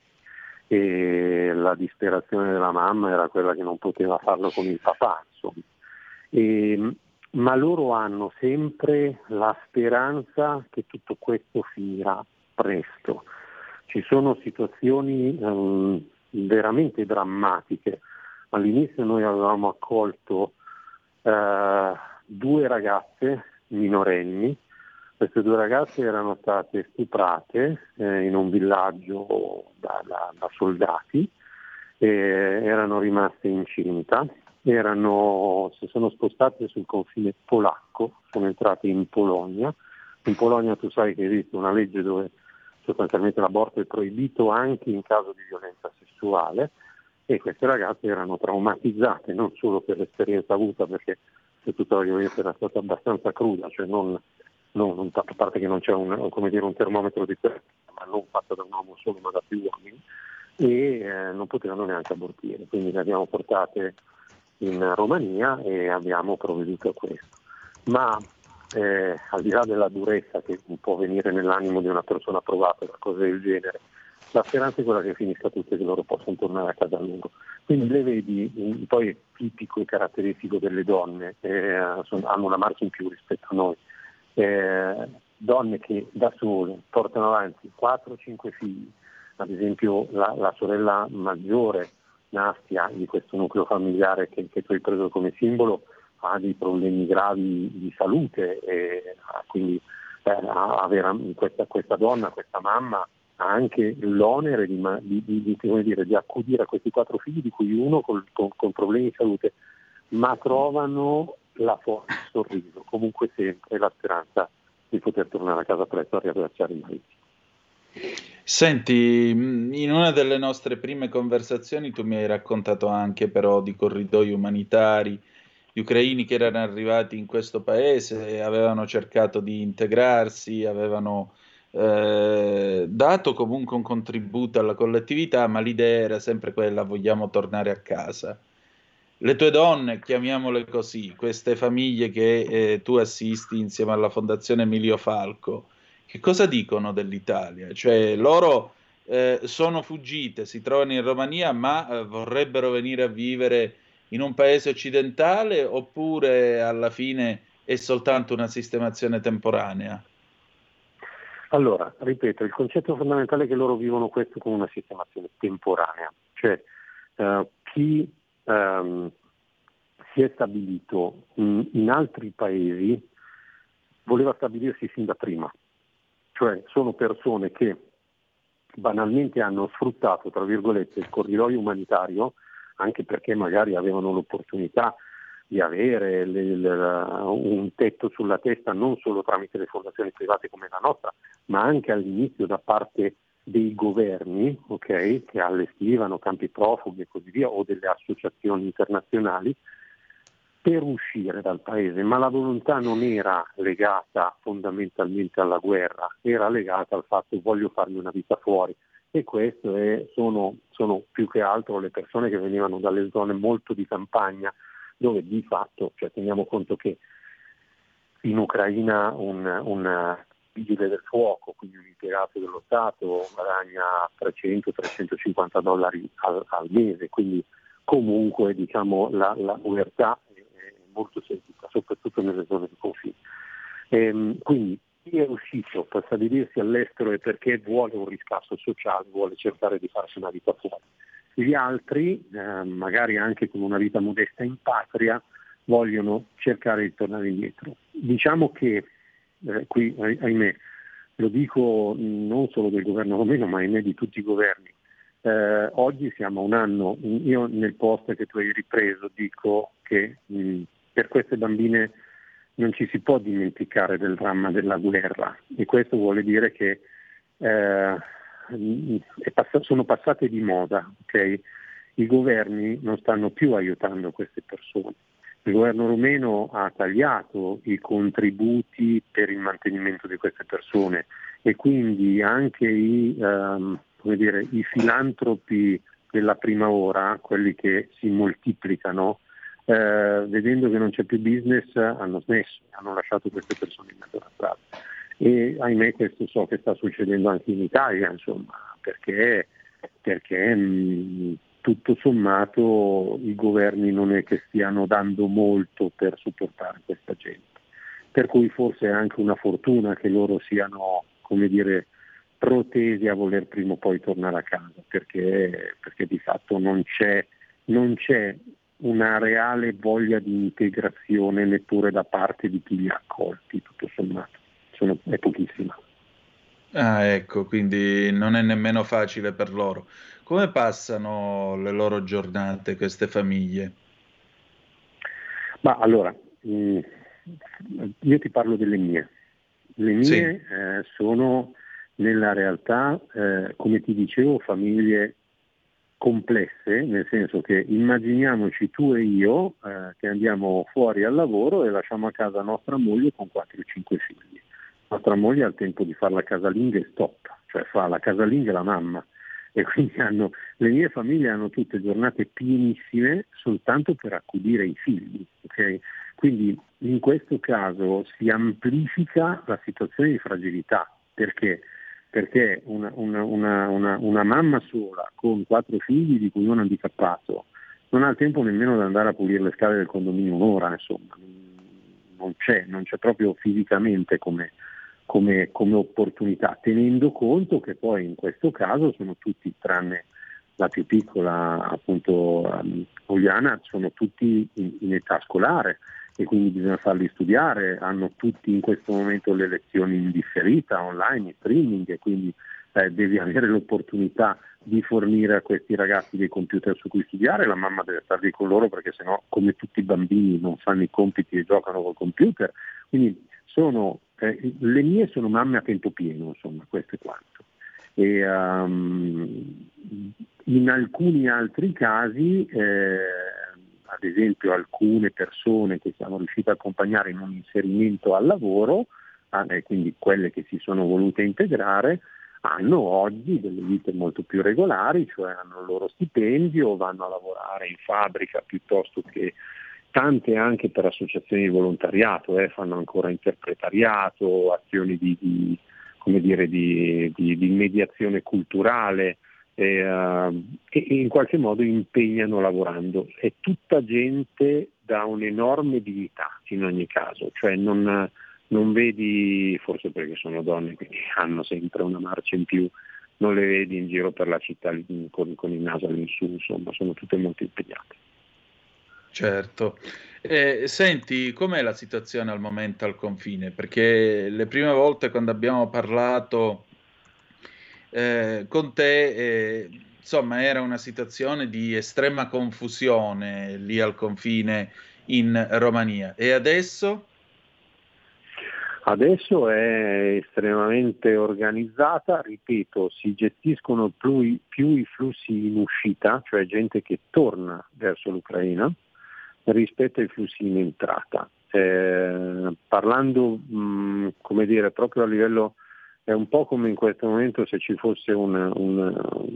e la disperazione della mamma era quella che non poteva farlo con il papà, insomma. E, ma loro hanno sempre la speranza che tutto questo finirà presto. Ci sono situazioni um, veramente drammatiche. All'inizio noi avevamo accolto uh, due ragazze minorenni. Queste due ragazze erano state stuprate eh, in un villaggio da, da, da soldati, e erano rimaste incinta. Erano, si sono spostate sul confine polacco, sono entrate in Polonia. In Polonia tu sai che esiste una legge dove sostanzialmente l'aborto è proibito anche in caso di violenza sessuale, e queste ragazze erano traumatizzate non solo per l'esperienza avuta, perché tutta la violenza era stata abbastanza cruda, cioè non, non, a parte che non c'è un, come dire, un termometro di terra, ma non fatto da un uomo solo ma da più uomini, e eh, non potevano neanche abortire, quindi le abbiamo portate in Romania e abbiamo provveduto a questo. Ma eh, al di là della durezza che può venire nell'animo di una persona provata da cose del genere, la speranza è quella che finisca tutto e che loro possano tornare a casa loro. Quindi le vedi, poi è tipico e caratteristico delle donne, eh, sono, hanno una marcia in più rispetto a noi, eh, donne che da sole portano avanti quattro cinque figli, ad esempio la, la sorella maggiore Nastia di questo nucleo familiare che, che tu hai preso come simbolo ha dei problemi gravi di salute, e quindi eh, avere questa, questa donna, questa mamma ha anche l'onere di, di, di, di, come dire, di accudire a questi quattro figli, di cui uno col, con, con problemi di salute, ma trovano la forza, il sorriso, comunque sempre la speranza di poter tornare a casa presto a riabbracciare i mariti. Senti, in una delle nostre prime conversazioni tu mi hai raccontato anche però di corridoi umanitari, gli ucraini che erano arrivati in questo paese, avevano cercato di integrarsi, avevano eh, dato comunque un contributo alla collettività, ma l'idea era sempre quella: vogliamo tornare a casa. Le tue donne, chiamiamole così, queste famiglie che eh, tu assisti insieme alla Fondazione Emilio Falco, che cosa dicono dell'Italia? Cioè, loro eh, sono fuggite, si trovano in Romania, ma eh, vorrebbero venire a vivere in un paese occidentale, oppure alla fine è soltanto una sistemazione temporanea? Allora, ripeto, il concetto fondamentale è che loro vivono questo come una sistemazione temporanea, cioè eh, chi ehm, si è stabilito in, in altri paesi voleva stabilirsi sin da prima. Cioè sono persone che banalmente hanno sfruttato, tra virgolette, il corridoio umanitario, anche perché magari avevano l'opportunità di avere le, le, un tetto sulla testa, non solo tramite le fondazioni private come la nostra, ma anche all'inizio da parte dei governi, okay, che allestivano campi profughi e così via, o delle associazioni internazionali, per uscire dal paese, ma la volontà non era legata fondamentalmente alla guerra, era legata al fatto voglio farmi una vita fuori, e questo è, sono, sono più che altro le persone che venivano dalle zone molto di campagna, dove di fatto, cioè teniamo conto che in Ucraina un, un vigile del fuoco, quindi un impiegato dello Stato, guadagna trecento trecentocinquanta dollari al, al mese, quindi comunque diciamo la, la povertà è, è molto sentita, soprattutto nelle zone di confine. Ehm, quindi chi è uscito per stabilirsi all'estero è perché vuole un riscatto sociale, vuole cercare di farsi una vita fuori. Gli altri, eh, magari anche con una vita modesta in patria, vogliono cercare di tornare indietro. Diciamo che eh, qui, ah- ahimè, lo dico non solo del governo romeno, ma ahimè di tutti i governi. Eh, oggi siamo a un anno, io nel post che tu hai ripreso dico che mh, per queste bambine non ci si può dimenticare del dramma della guerra, e questo vuole dire che eh, è pass- sono passate di moda, ok? I governi non stanno più aiutando queste persone. Il governo rumeno ha tagliato i contributi per il mantenimento di queste persone, e quindi anche i, um, come dire, i filantropi della prima ora, quelli che si moltiplicano, eh, vedendo che non c'è più business, hanno smesso, hanno lasciato queste persone in mezzo alla strada. E ahimè questo so che sta succedendo anche in Italia, insomma, perché, perché mh, tutto sommato i governi non è che stiano dando molto per supportare questa gente, per cui forse è anche una fortuna che loro siano, come dire, protesi a voler prima o poi tornare a casa, perché, perché di fatto non c'è, non c'è una reale voglia di integrazione neppure da parte di chi li ha accolti, tutto sommato. Sono, è pochissima. Ah, ecco, quindi non è nemmeno facile per loro. Come passano le loro giornate, queste famiglie? Ma allora, mh, io ti parlo delle mie. Le mie Sì. eh, sono nella realtà, eh, come ti dicevo, famiglie complesse, nel senso che immaginiamoci tu e io eh, che andiamo fuori al lavoro e lasciamo a casa nostra moglie con quattro o cinque figli. Nostra moglie ha il tempo di fare la casalinga e stop, cioè fa la casalinga e la mamma, e quindi hanno, le mie famiglie hanno tutte giornate pienissime soltanto per accudire i figli, ok? Quindi in questo caso si amplifica la situazione di fragilità, perché? Perché una, una, una, una, una mamma sola con quattro figli, di cui uno handicappato, non ha il tempo nemmeno di andare a pulire le scale del condominio un'ora, insomma, non c'è, non c'è proprio fisicamente come, come, come opportunità, tenendo conto che poi in questo caso sono tutti, tranne la più piccola, appunto um, Poliana, sono tutti in, in età scolare, e quindi bisogna farli studiare, hanno tutti in questo momento le lezioni in differita, online, in streaming, e quindi eh, devi avere l'opportunità di fornire a questi ragazzi dei computer su cui studiare, la mamma deve stare lì con loro perché sennò, come tutti i bambini, non fanno i compiti e giocano col computer. Quindi sono, eh, le mie sono mamme a tempo pieno, insomma, questo è quanto. E, um, in alcuni altri casi, eh, ad esempio alcune persone che siamo riusciti a accompagnare in un inserimento al lavoro, eh, quindi quelle che si sono volute integrare, hanno oggi delle vite molto più regolari, cioè hanno il loro stipendio, vanno a lavorare in fabbrica piuttosto che tante anche per associazioni di volontariato, eh, fanno ancora interpretariato, azioni di, di come dire, di, di, di mediazione culturale, e, uh, e in qualche modo impegnano lavorando. È tutta gente da un'enorme dignità in ogni caso, cioè non, non vedi, forse perché sono donne quindi hanno sempre una marcia in più, non le vedi in giro per la città con, con il naso all'insù, insomma, sono tutte molto impegnate. Certo. Eh, senti, com'è la situazione al momento al confine? Perché le prime volte quando abbiamo parlato eh, con te, eh, insomma, era una situazione di estrema confusione lì al confine in Romania. E adesso? Adesso è estremamente organizzata, ripeto, si gestiscono più, più i flussi in uscita, cioè gente che torna verso l'Ucraina, rispetto ai flussi in entrata. Eh, parlando, mh, come dire, proprio a livello è un po' come in questo momento se ci fosse una, una,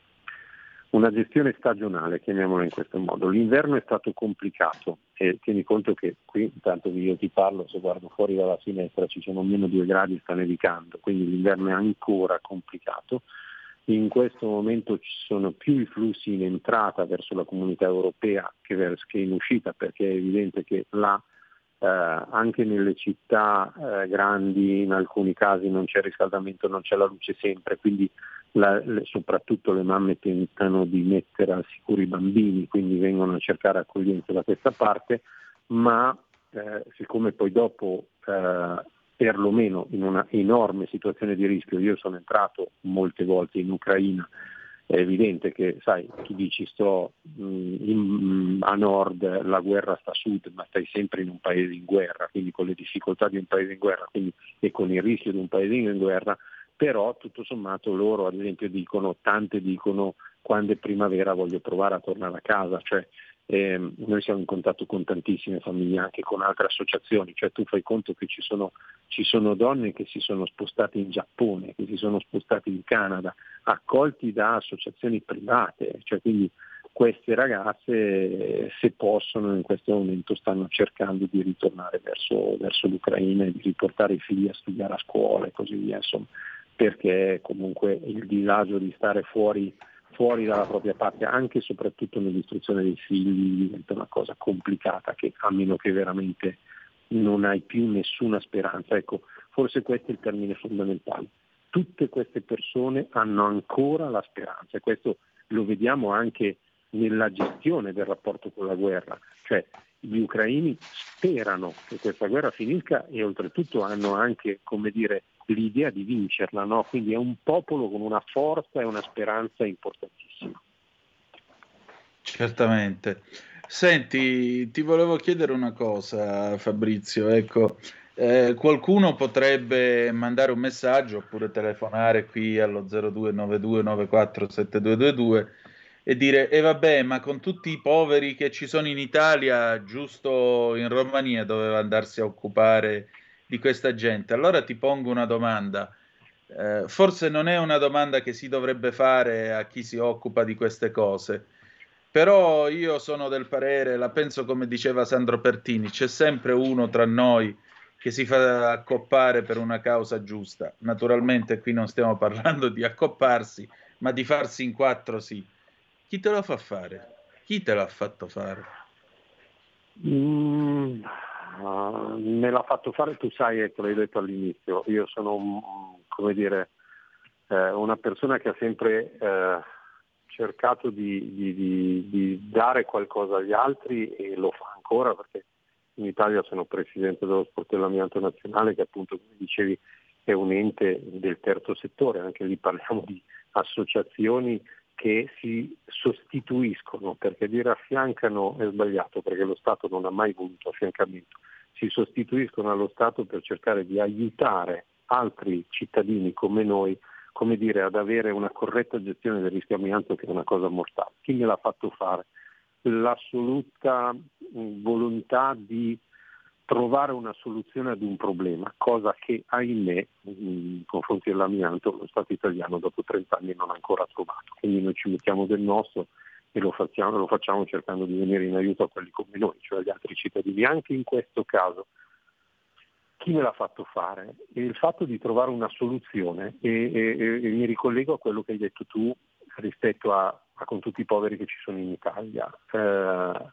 una gestione stagionale, chiamiamola in questo modo. L'inverno è stato complicato e tieni conto che qui, intanto che io ti parlo, se guardo fuori dalla finestra ci sono meno due gradi e sta nevicando, quindi l'inverno è ancora complicato. In questo momento ci sono più i flussi in entrata verso la comunità europea che, vers- che in uscita, perché è evidente che là eh, anche nelle città eh, grandi in alcuni casi non c'è riscaldamento, non c'è la luce sempre, quindi la, le, soprattutto le mamme tentano di mettere al sicuro i bambini, quindi vengono a cercare accoglienza da questa parte, ma eh, siccome poi dopo eh, perlomeno in una enorme situazione di rischio, io sono entrato molte volte in Ucraina, è evidente che, sai, tu dici sto mh, in, a nord, la guerra sta a sud, ma stai sempre in un paese in guerra, quindi con le difficoltà di un paese in guerra, quindi, e con il rischio di un paese in guerra, però tutto sommato loro ad esempio dicono, tante dicono quando è primavera voglio provare a tornare a casa, cioè Eh, noi siamo in contatto con tantissime famiglie, anche con altre associazioni, cioè tu fai conto che ci sono, ci sono donne che si sono spostate in Giappone, che si sono spostate in Canada, accolti da associazioni private, cioè quindi queste ragazze, se possono in questo momento, stanno cercando di ritornare verso, verso l'Ucraina e di riportare i figli a studiare a scuola e così via, insomma, perché comunque il disagio di stare fuori fuori dalla propria patria, anche e soprattutto nell'istruzione dei figli, diventa una cosa complicata, che a meno che veramente non hai più nessuna speranza. Ecco, forse questo è il termine fondamentale. Tutte queste persone hanno ancora la speranza, e questo lo vediamo anche nella gestione del rapporto con la guerra, cioè gli ucraini sperano che questa guerra finisca e oltretutto hanno anche, come dire, l'idea di vincerla, no? Quindi è un popolo con una forza e una speranza importantissima. Certamente. Senti, ti volevo chiedere una cosa, Fabrizio, ecco, eh, qualcuno potrebbe mandare un messaggio oppure telefonare qui allo zero due nove due nove quattro sette due due due e dire, e eh vabbè, ma con tutti i poveri che ci sono in Italia, giusto in Romania doveva andarsi a occupare di questa gente. Allora ti pongo una domanda. Eh, forse non è una domanda che si dovrebbe fare a chi si occupa di queste cose, però io sono del parere, la penso come diceva Sandro Pertini, c'è sempre uno tra noi che si fa accoppare per una causa giusta. Naturalmente qui non stiamo parlando di accopparsi, ma di farsi in quattro sì. Chi te lo fa fare? Chi te l'ha fatto fare? Mm, uh, me l'ha fatto fare, tu sai, ecco, l'hai detto all'inizio, io sono, come dire, eh, una persona che ha sempre eh, cercato di, di, di, di dare qualcosa agli altri e lo fa ancora, perché in Italia sono presidente dello Sportellamento Nazionale, che appunto, come dicevi, è un ente del terzo settore, anche lì parliamo di associazioni che si sostituiscono, perché dire affiancano è sbagliato, perché lo Stato non ha mai voluto affiancamento, si sostituiscono allo Stato per cercare di aiutare altri cittadini come noi, come dire, ad avere una corretta gestione del rischio amianto, che è una cosa mortale. Chi me l'ha fatto fare? L'assoluta volontà di trovare una soluzione ad un problema, cosa che ahimè nei confronti dell'amianto lo Stato italiano dopo trenta anni non ha ancora trovato. Quindi noi ci mettiamo del nostro e lo facciamo, lo facciamo cercando di venire in aiuto a quelli come noi, cioè agli altri cittadini. Anche in questo caso chi me l'ha fatto fare? Il fatto di trovare una soluzione, e, e, e mi ricollego a quello che hai detto tu rispetto a, a con tutti i poveri che ci sono in Italia. Eh,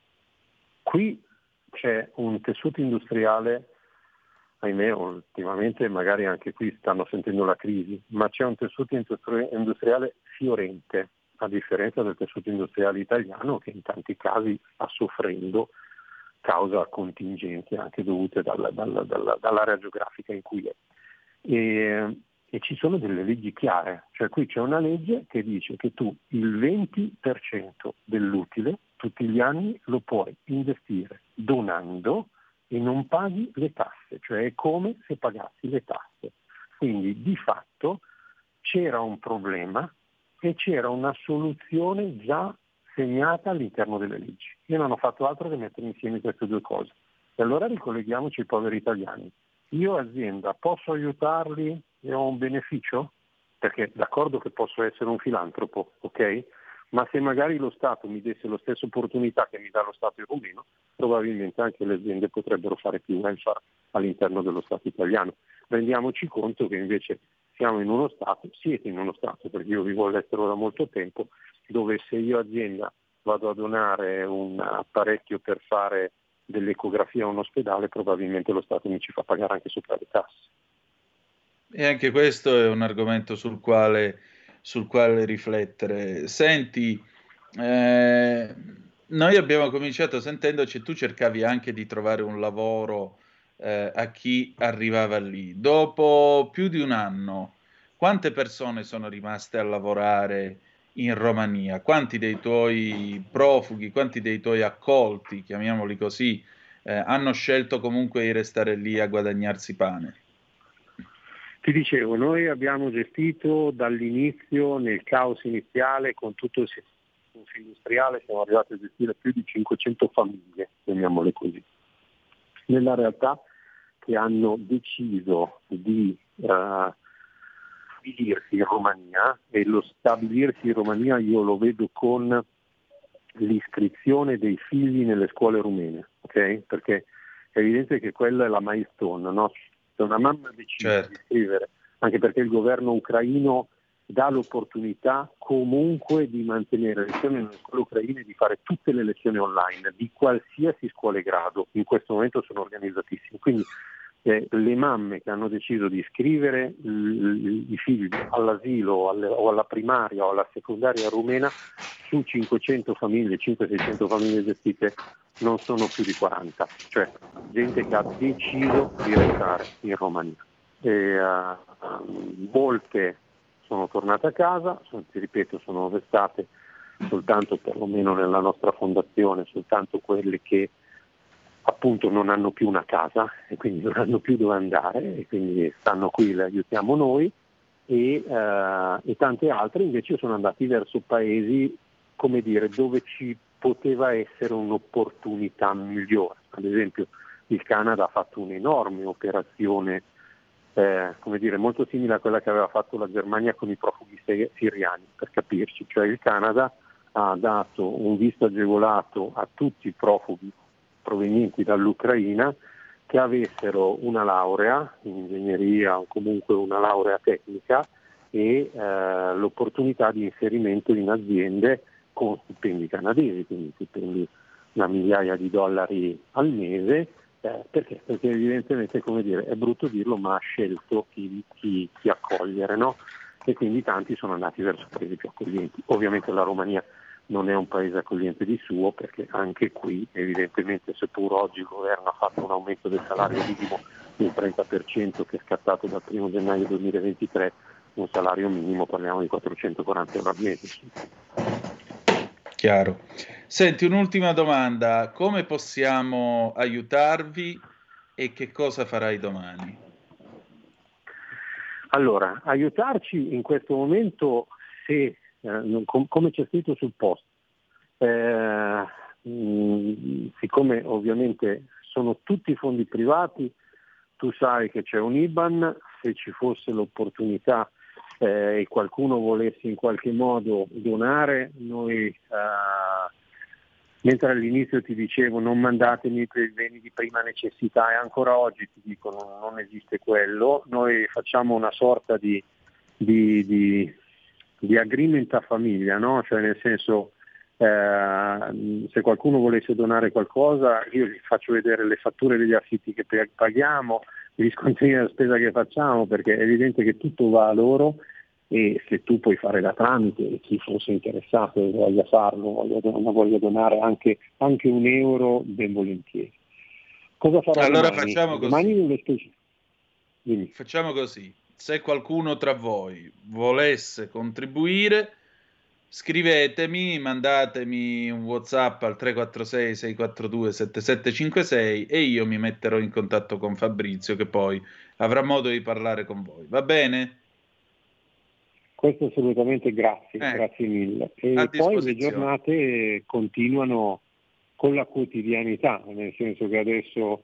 qui c'è un tessuto industriale, ahimè ultimamente magari anche qui stanno sentendo la crisi, ma c'è un tessuto industriale fiorente, a differenza del tessuto industriale italiano che in tanti casi sta soffrendo causa contingenze anche dovute dalla, dalla, dalla, dall'area geografica in cui è. E, e ci sono delle leggi chiare, cioè qui c'è una legge che dice che tu il venti per cento dell'utile tutti gli anni lo puoi investire donando e non paghi le tasse, cioè è come se pagassi le tasse. Quindi di fatto c'era un problema e c'era una soluzione già segnata all'interno delle leggi. Io non ho fatto altro che mettere insieme queste due cose. E allora ricolleghiamoci ai poveri italiani. Io azienda posso aiutarli ne ho un beneficio? Perché d'accordo che posso essere un filantropo, ok? Ma se magari lo Stato mi desse la stessa opportunità che mi dà lo Stato rumeno, probabilmente anche le aziende potrebbero fare più welfare all'interno dello Stato italiano. Rendiamoci conto che invece siamo in uno Stato, siete in uno Stato, perché io vivo all'estero da molto tempo, dove se io azienda vado a donare un apparecchio per fare dell'ecografia a un ospedale, probabilmente lo Stato mi ci fa pagare anche sopra le tasse. E anche questo è un argomento sul quale, sul quale riflettere. Senti, eh, noi abbiamo cominciato sentendoci, tu cercavi anche di trovare un lavoro eh, a chi arrivava lì. Dopo più di un anno, quante persone sono rimaste a lavorare in Romania? Quanti dei tuoi profughi, quanti dei tuoi accolti, chiamiamoli così, eh, hanno scelto comunque di restare lì a guadagnarsi pane? Ti dicevo, noi abbiamo gestito dall'inizio, nel caos iniziale, con tutto il sistema industriale, siamo arrivati a gestire più di cinquecento famiglie, chiamiamole così. Nella realtà che hanno deciso di uh, stabilirsi in Romania, e lo stabilirsi in Romania io lo vedo con l'iscrizione dei figli nelle scuole rumene, ok? Perché è evidente che quella è la milestone, no? Se una mamma decide certo. di iscrivere, anche perché il governo ucraino dà l'opportunità comunque di mantenere lezioni nelle scuole ucraine e di fare tutte le lezioni online di qualsiasi scuole grado, in questo momento sono organizzatissimi. Quindi eh, le mamme che hanno deciso di iscrivere l- i figli all'asilo alle, o alla primaria o alla secondaria rumena, su cinquecento famiglie, cinquecento seicento famiglie gestite, non sono più di quaranta, cioè gente che ha deciso di restare in Romania. E, uh, molte sono tornate a casa, sono, ti ripeto, sono restate soltanto, perlomeno nella nostra fondazione, soltanto quelle che appunto non hanno più una casa e quindi non hanno più dove andare e quindi stanno qui, le aiutiamo noi, e, uh, e tante altre invece sono andati verso paesi, come dire, dove ci poteva essere un'opportunità migliore. Ad esempio il Canada ha fatto un'enorme operazione, eh, come dire, molto simile a quella che aveva fatto la Germania con i profughi siriani, per capirci. Cioè il Canada ha dato un visto agevolato a tutti i profughi provenienti dall'Ucraina che avessero una laurea in ingegneria o comunque una laurea tecnica e eh, l'opportunità di inserimento in aziende con stipendi canadesi, quindi stipendi una migliaia di dollari al mese, eh, perché? Perché evidentemente, come dire, è brutto dirlo, ma ha scelto chi, chi, chi accogliere, no? E quindi tanti sono andati verso paesi più accoglienti. Ovviamente la Romania non è un paese accogliente di suo, perché anche qui evidentemente, seppur oggi il governo ha fatto un aumento del salario minimo del trenta per cento che è scattato dal primo gennaio duemilaventitré, un salario minimo parliamo di quattrocentoquaranta euro al mese. Chiaro. Senti, un'ultima domanda: come possiamo aiutarvi e che cosa farai domani? Allora, aiutarci in questo momento, se eh, com- come c'è scritto sul post, eh, mh, siccome ovviamente sono tutti fondi privati, tu sai che c'è un I B A N, se ci fosse l'opportunità eh, e qualcuno volesse in qualche modo donare, noi eh, mentre all'inizio ti dicevo non mandatemi per i beni di prima necessità, e ancora oggi ti dico non, non esiste quello, noi facciamo una sorta di, di, di, di agreement a famiglia, no? Cioè nel senso eh, se qualcuno volesse donare qualcosa io gli faccio vedere le fatture degli affitti che paghiamo, gli scontrini della spesa che facciamo, perché è evidente che tutto va a loro, e se tu puoi fare da tramite e chi fosse interessato e voglia farlo, voglia, don- voglia donare anche, anche un euro, ben volentieri. Cosa farò Allora domani? facciamo Domani così. le specie... Dimmi. Facciamo così. Se qualcuno tra voi volesse contribuire, scrivetemi, mandatemi un WhatsApp al tre quattro sei sei quattro due sette sette cinque sei e io mi metterò in contatto con Fabrizio, che poi avrà modo di parlare con voi. Va bene? Questo assolutamente, grazie, Eh, grazie mille. a E poi le disposizione. giornate continuano con la quotidianità, nel senso che adesso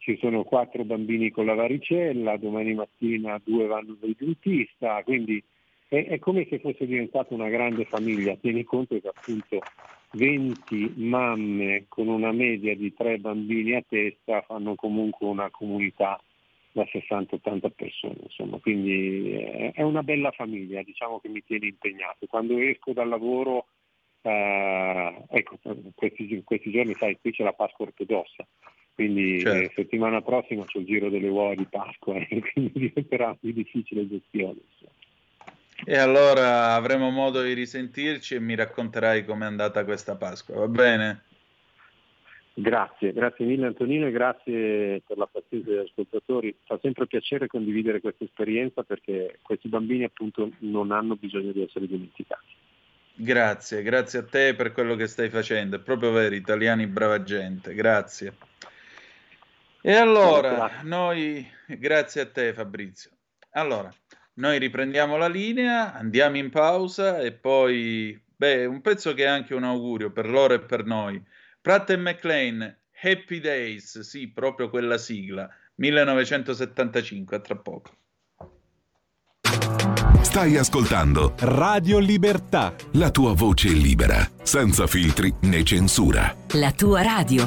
ci sono quattro bambini con la varicella, domani mattina due vanno dal dentista, quindi è, è come se fosse diventata una grande famiglia. Tieni conto che appunto venti mamme con una media di tre bambini a testa fanno comunque una comunità da sessanta ottanta persone, insomma, quindi è, è una bella famiglia, diciamo che mi tiene impegnato. Quando esco dal lavoro, eh, ecco, questi, questi giorni, sai, qui c'è la Pasqua ortodossa, quindi certo. eh, settimana prossima c'è il giro delle uova di Pasqua, eh, quindi diventerà più difficile gestione. E allora avremo modo di risentirci e mi racconterai com'è andata questa Pasqua, va bene? Grazie, grazie mille Antonino e grazie per la pazienza degli ascoltatori. Fa sempre piacere condividere questa esperienza perché questi bambini appunto non hanno bisogno di essere dimenticati. Grazie, grazie a te per quello che stai facendo, è proprio vero, italiani brava gente, grazie. E allora, noi, grazie a te Fabrizio. Allora, noi riprendiamo la linea, andiamo in pausa e poi, beh, un pezzo che è anche un augurio per loro e per noi. Pratt and McLean, Happy Days, sì, proprio quella sigla, millenovecentosettantacinque, a tra poco. Stai ascoltando Radio Libertà, la tua voce libera, senza filtri né censura. La tua radio.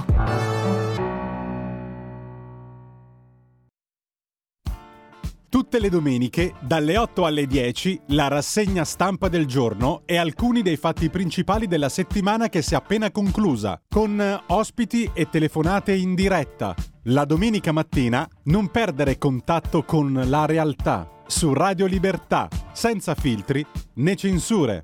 Tutte le domeniche, dalle otto alle dieci, la rassegna stampa del giorno e alcuni dei fatti principali della settimana che si è appena conclusa, con ospiti e telefonate in diretta. La domenica mattina non perdere contatto con la realtà, su Radio Libertà, senza filtri né censure.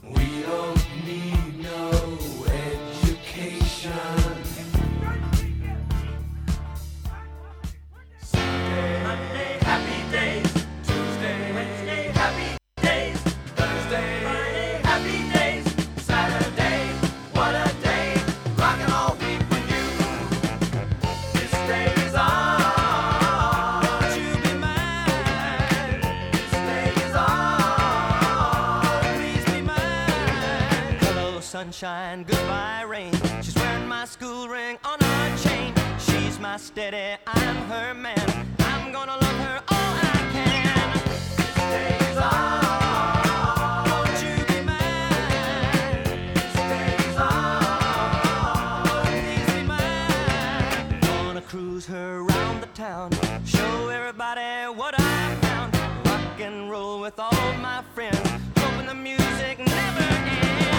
Sunshine, goodbye rain. She's wearing my school ring on her chain. She's my steady, I'm her man. I'm gonna love her all I can. This day's on, won't you be mine? This day's on, please be mine. Gonna cruise her around the town, show everybody what I found. Rock and roll with all my friends, hoping the music never ends.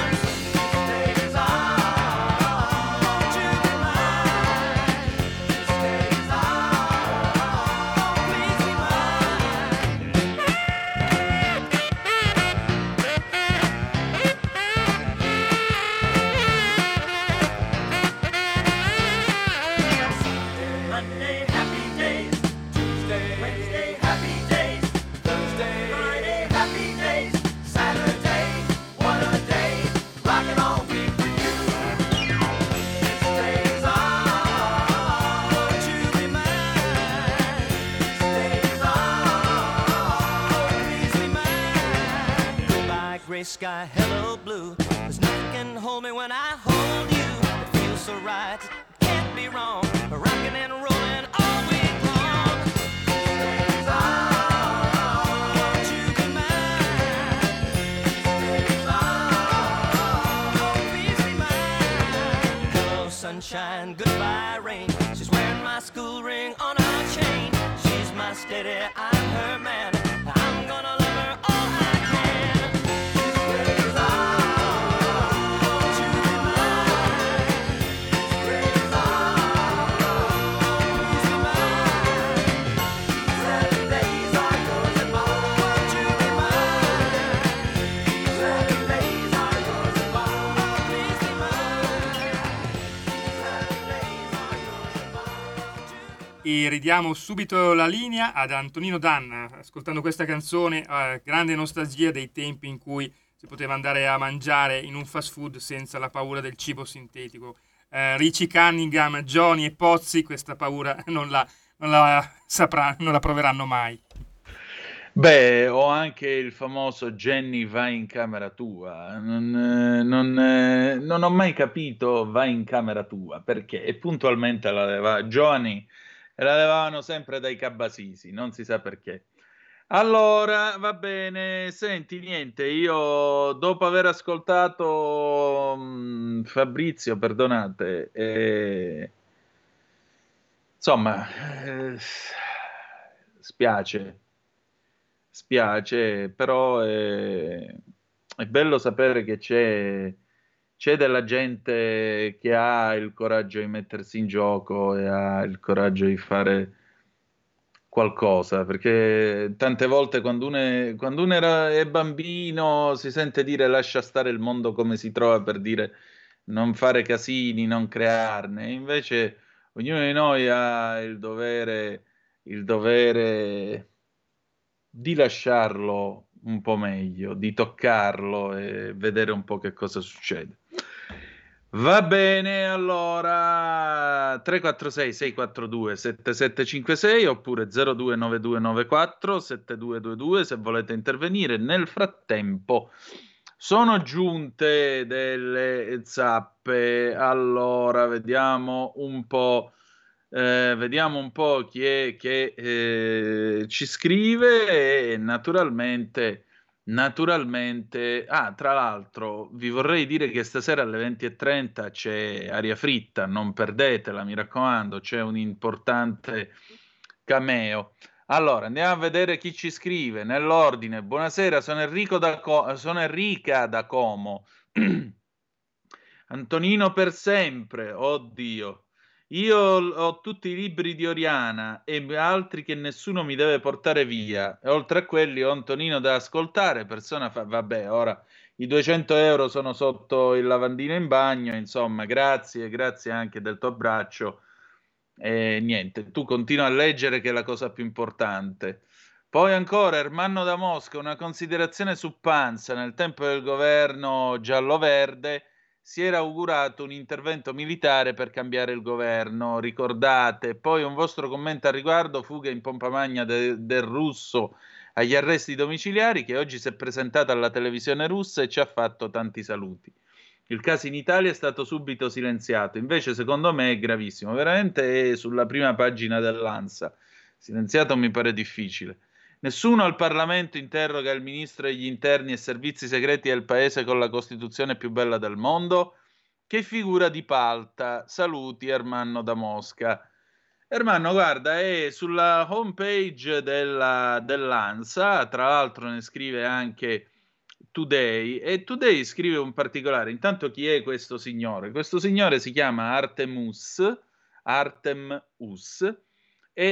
Sky, hello blue. There's nothing can hold me when I hold you. It feels so right, it can't be wrong. We're rocking and rolling all week long. Days on, won't you be mine? Days on, please be mine. Hello sunshine, goodbye rain. She's wearing my school ring on her chain. She's my steady, I'm her man. I'm gonna love her all I can. E ridiamo subito la linea ad Antonino Danna, ascoltando questa canzone, eh, grande nostalgia dei tempi in cui si poteva andare a mangiare in un fast food senza la paura del cibo sintetico. Eh, Richie Cunningham, Johnny e Pozzi questa paura non la, non la sapranno, non la proveranno mai. Beh, ho anche il famoso Jenny vai in camera tua, non, non, non ho mai capito vai in camera tua, perché e puntualmente la leva Johnny. e la levavano sempre dai cabasisi, non si sa perché. Allora, va bene, senti, niente, io dopo aver ascoltato mh, Fabrizio, perdonate, eh, insomma, eh, spiace, spiace, però è, è bello sapere che c'è, c'è della gente che ha il coraggio di mettersi in gioco e ha il coraggio di fare qualcosa, perché tante volte quando uno è, quando uno era, è bambino si sente dire lascia stare il mondo come si trova, per dire non fare casini, non crearne. Invece ognuno di noi ha il dovere, il dovere di lasciarlo un po' meglio, di toccarlo e vedere un po' che cosa succede. Va bene, allora tre quattro sei sei quattro due sette sette cinque sei oppure zero due nove due nove quattro sette due due due se volete intervenire. Nel frattempo sono giunte delle zappe, allora vediamo un po'. Eh, vediamo un po' chi è che eh, ci scrive e naturalmente, naturalmente, ah, tra l'altro vi vorrei dire che stasera alle venti e trenta c'è Aria Fritta, non perdetela, mi raccomando, c'è un importante cameo. Allora, andiamo a vedere chi ci scrive nell'ordine. Buonasera, sono Enrico da Co- sono Enrica da Como. Antonino per sempre, oddio. Io ho tutti i libri di Oriana e altri che nessuno mi deve portare via. E oltre a quelli ho Antonino da ascoltare. Persona fa, vabbè, ora i duecento euro sono sotto il lavandino in bagno. Insomma, grazie, grazie anche del tuo abbraccio. E niente, tu continua a leggere che è la cosa più importante. Poi ancora Ermanno da Mosca, una considerazione su Panza. Nel tempo del governo giallo-verde si era augurato un intervento militare per cambiare il governo, ricordate? Poi un vostro commento al riguardo, fuga in pompa magna de- del russo agli arresti domiciliari, che oggi si è presentato alla televisione russa e ci ha fatto tanti saluti. Il caso in Italia è stato subito silenziato, invece secondo me è gravissimo, veramente è sulla prima pagina dell'ANSA. Silenziato mi pare difficile. Nessuno al Parlamento interroga il ministro degli interni e servizi segreti del paese con la Costituzione più bella del mondo? Che figura di palta. Saluti, Ermanno da Mosca. Ermanno, guarda, è sulla homepage della, dell'ANSA, tra l'altro ne scrive anche Today, e Today scrive un particolare. Intanto chi è questo signore? Questo signore si chiama Artemus, Artem Us, e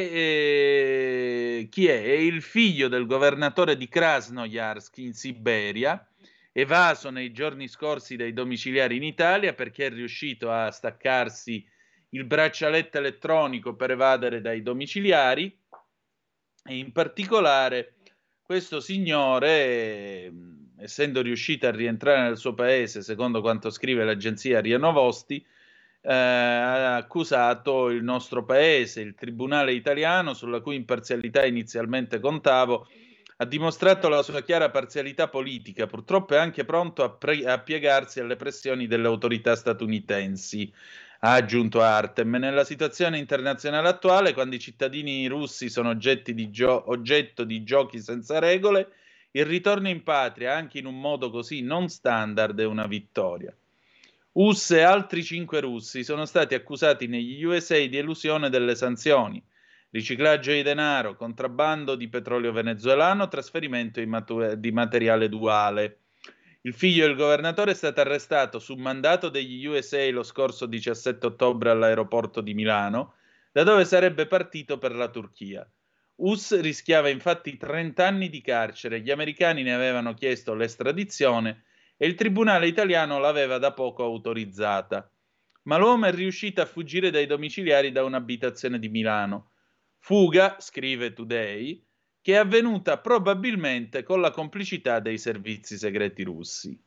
eh, chi è? È il figlio del governatore di Krasnoyarsk in Siberia, evaso nei giorni scorsi dai domiciliari in Italia perché è riuscito a staccarsi il braccialetto elettronico per evadere dai domiciliari, e in particolare questo signore, eh, essendo riuscito a rientrare nel suo paese, secondo quanto scrive l'agenzia Ria Novosti, eh, ha accusato il nostro paese, il tribunale italiano, sulla cui imparzialità inizialmente contavo, ha dimostrato la sua chiara parzialità politica, purtroppo è anche pronto a, pre- a piegarsi alle pressioni delle autorità statunitensi, ha aggiunto Artem. Nella situazione internazionale attuale, quando i cittadini russi sono oggetti di gio- oggetto di giochi senza regole, il ritorno in patria, anche in un modo così non standard, è una vittoria. U S e altri cinque russi sono stati accusati negli U S A di elusione delle sanzioni, riciclaggio di denaro, contrabbando di petrolio venezuelano, trasferimento di, matu- di materiale duale. Il figlio del governatore è stato arrestato su mandato degli U S A lo scorso diciassette ottobre all'aeroporto di Milano, da dove sarebbe partito per la Turchia. U S rischiava infatti trenta anni di carcere, gli americani ne avevano chiesto l'estradizione e il tribunale italiano l'aveva da poco autorizzata. Ma l'uomo è riuscito a fuggire dai domiciliari da un'abitazione di Milano. Fuga, scrive Today, che è avvenuta probabilmente con la complicità dei servizi segreti russi.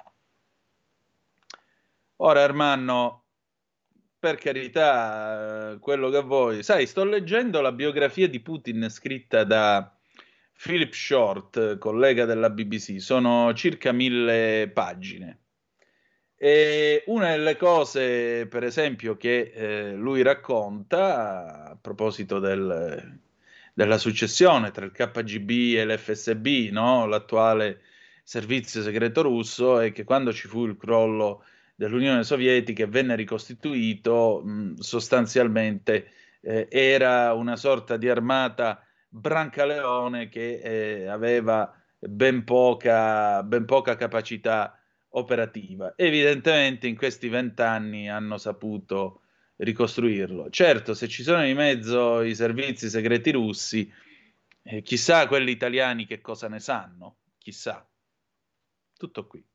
Ora, Ermanno, per carità, quello che vuoi. Sai, sto leggendo la biografia di Putin scritta da Philip Short, collega della B B C. Sono circa mille pagine. E una delle cose, per esempio, che eh, lui racconta a proposito del, della successione tra il K G B e l'F S B, no? L'attuale servizio segreto russo, è che quando ci fu il crollo dell'Unione Sovietica e venne ricostituito, mh, sostanzialmente eh, era una sorta di armata Brancaleone che eh, aveva ben poca, ben poca capacità operativa. Evidentemente in questi vent'anni hanno saputo ricostruirlo. Certo, se ci sono di mezzo i servizi segreti russi, eh, chissà quelli italiani che cosa ne sanno, chissà. Tutto qui.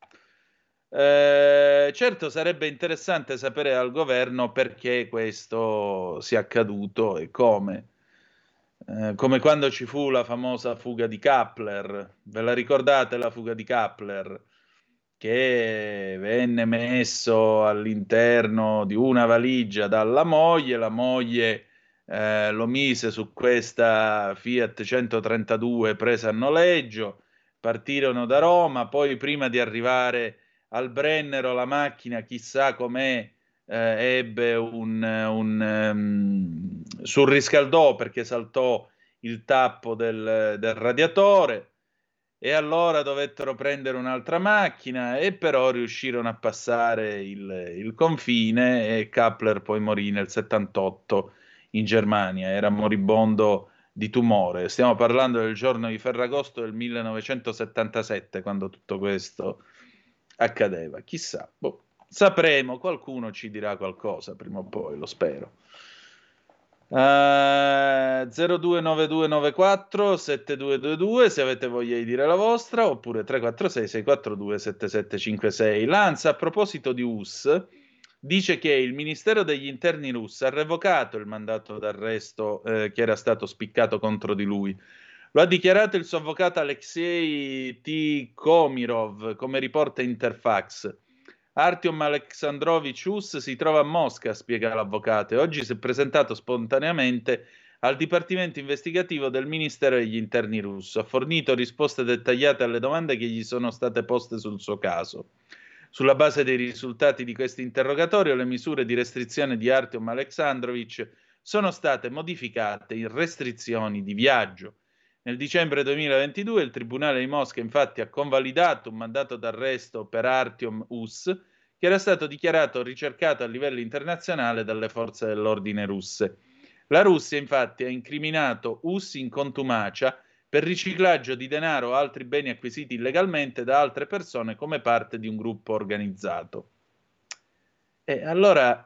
Eh, certo, sarebbe interessante sapere dal governo perché questo sia accaduto e come. Eh, come quando ci fu la famosa fuga di Kappler. Ve la ricordate la fuga di Kappler? Che venne messo all'interno di una valigia dalla moglie, la moglie eh, lo mise su questa Fiat centotrentadue presa a noleggio, partirono da Roma, poi prima di arrivare al Brennero la macchina, chissà com'è, eh, ebbe un, un um, surriscaldò perché saltò il tappo del, del radiatore, e allora dovettero prendere un'altra macchina e però riuscirono a passare il, il confine e Kappler poi morì nel settantotto in Germania, era moribondo di tumore. Stiamo parlando del giorno di Ferragosto del millenovecentosettantasette, quando tutto questo accadeva. Chissà, boh, sapremo, qualcuno ci dirà qualcosa prima o poi, lo spero. Uh, zero due nove due nove quattro sette due due due se avete voglia di dire la vostra, oppure tre quattro sei sei quattro due sette sette cinque sei. L'ANSA, a proposito di U S, dice che il Ministero degli Interni russo ha revocato il mandato d'arresto eh, che era stato spiccato contro di lui. Lo ha dichiarato il suo avvocato Alexei Tikhomirov, come riporta Interfax. Artyom Alexandrovich Us si trova a Mosca, spiega l'avvocato, e oggi si è presentato spontaneamente al Dipartimento Investigativo del Ministero degli Interni russo. Ha fornito risposte dettagliate alle domande che gli sono state poste sul suo caso. Sulla base dei risultati di questo interrogatorio, le misure di restrizione di Artyom Alexandrovich sono state modificate in restrizioni di viaggio. Nel dicembre duemilaventidue il Tribunale di Mosca infatti ha convalidato un mandato d'arresto per Artyom Us, che era stato dichiarato ricercato a livello internazionale dalle forze dell'ordine russe. La Russia infatti ha incriminato Us in contumacia per riciclaggio di denaro o altri beni acquisiti illegalmente da altre persone come parte di un gruppo organizzato. E allora,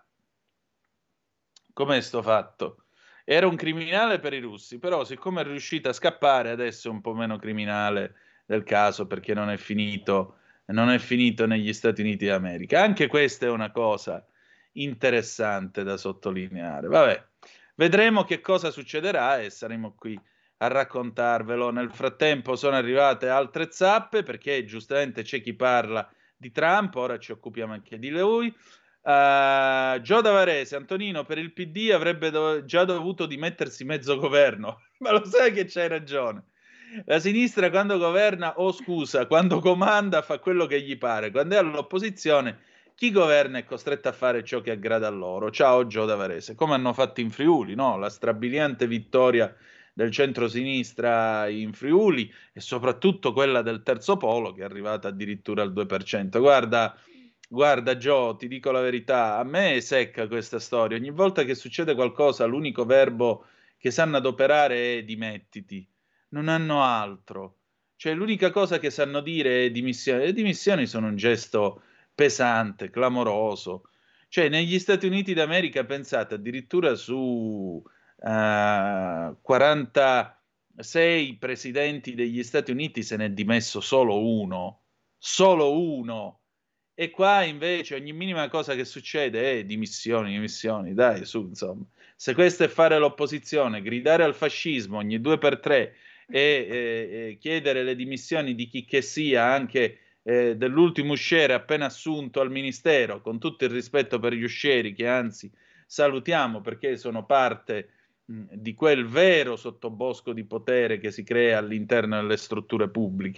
com'è sto fatto? Era un criminale per i russi, però siccome è riuscito a scappare, adesso è un po' meno criminale del caso perché non è finito, non è finito negli Stati Uniti d'America. Anche questa è una cosa interessante da sottolineare. Vabbè, vedremo che cosa succederà e saremo qui a raccontarvelo. Nel frattempo sono arrivate altre zappe perché giustamente c'è chi parla di Trump, ora ci occupiamo anche di lui. Uh, Gio da Varese, Antonino, per il P D avrebbe do- già dovuto dimettersi mezzo governo, ma lo sai che c'hai ragione. La sinistra quando governa, o oh, scusa, quando comanda fa quello che gli pare, quando è all'opposizione chi governa è costretto a fare ciò che aggrada a loro. Ciao Gio da Varese, come hanno fatto in Friuli, no? La strabiliante vittoria del centro-sinistra in Friuli e soprattutto quella del terzo polo che è arrivata addirittura al due per cento. Guarda Guarda Gio, ti dico la verità, a me è secca questa storia. Ogni volta che succede qualcosa, l'unico verbo che sanno adoperare è dimettiti. Non hanno altro. Cioè, l'unica cosa che sanno dire è dimissioni. Le dimissioni sono un gesto pesante, clamoroso. Cioè, negli Stati Uniti d'America, pensate, addirittura su uh, quarantasei presidenti degli Stati Uniti se n'è dimesso solo uno. Solo uno. E qua invece ogni minima cosa che succede è dimissioni, dimissioni, dai, su, insomma. Se questo è fare l'opposizione, gridare al fascismo ogni due per tre e, e, e chiedere le dimissioni di chi che sia, anche eh, dell'ultimo usciere appena assunto al ministero, con tutto il rispetto per gli uscieri, che anzi salutiamo perché sono parte mh, di quel vero sottobosco di potere che si crea all'interno delle strutture pubbliche,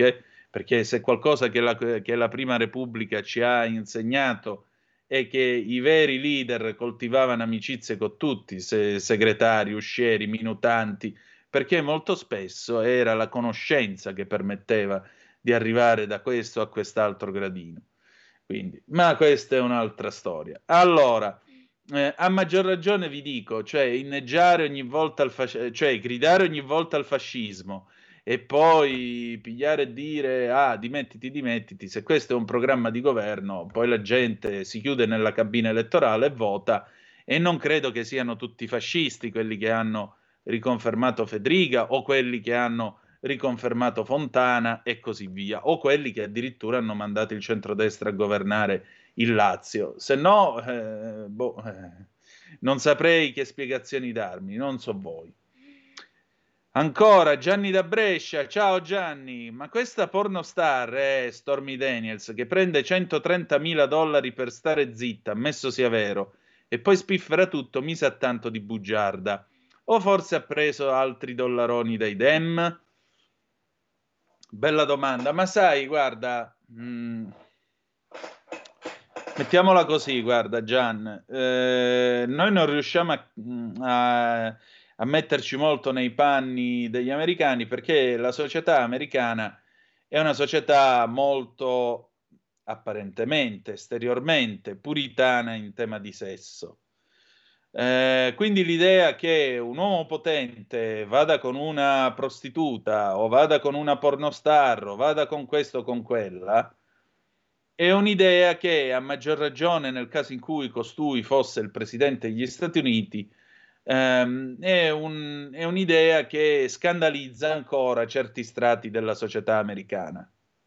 perché se qualcosa che la, che la Prima Repubblica ci ha insegnato è che i veri leader coltivavano amicizie con tutti, se, segretari, uscieri, minutanti, perché molto spesso era la conoscenza che permetteva di arrivare da questo a quest'altro gradino. Quindi, ma questa è un'altra storia. Allora, eh, a maggior ragione vi dico, cioè inneggiare ogni volta al fascismo, cioè gridare ogni volta al fascismo e poi pigliare e dire ah, dimettiti, dimettiti, se questo è un programma di governo, poi la gente si chiude nella cabina elettorale e vota, e non credo che siano tutti fascisti quelli che hanno riconfermato Fedriga o quelli che hanno riconfermato Fontana e così via, o quelli che addirittura hanno mandato il centrodestra a governare il Lazio. Se no, eh, boh, eh, non saprei che spiegazioni darmi, non so voi. Ancora Gianni da Brescia, ciao Gianni, ma questa pornostar è eh, Stormy Daniels che prende centotrentamila dollari per stare zitta, ammesso sia vero, e poi spiffera tutto, mi sa tanto di bugiarda. O forse ha preso altri dollaroni dai Dem? Bella domanda, ma sai, guarda, mh, mettiamola così, guarda Gian, eh, noi non riusciamo a, a, a metterci molto nei panni degli americani perché la società americana è una società molto apparentemente, esteriormente, puritana in tema di sesso. Eh, quindi l'idea che un uomo potente vada con una prostituta o vada con una pornostar o vada con questo o con quella è un'idea che a maggior ragione nel caso in cui costui fosse il presidente degli Stati Uniti ehm, è, un, è un'idea che scandalizza ancora certi strati della società americana.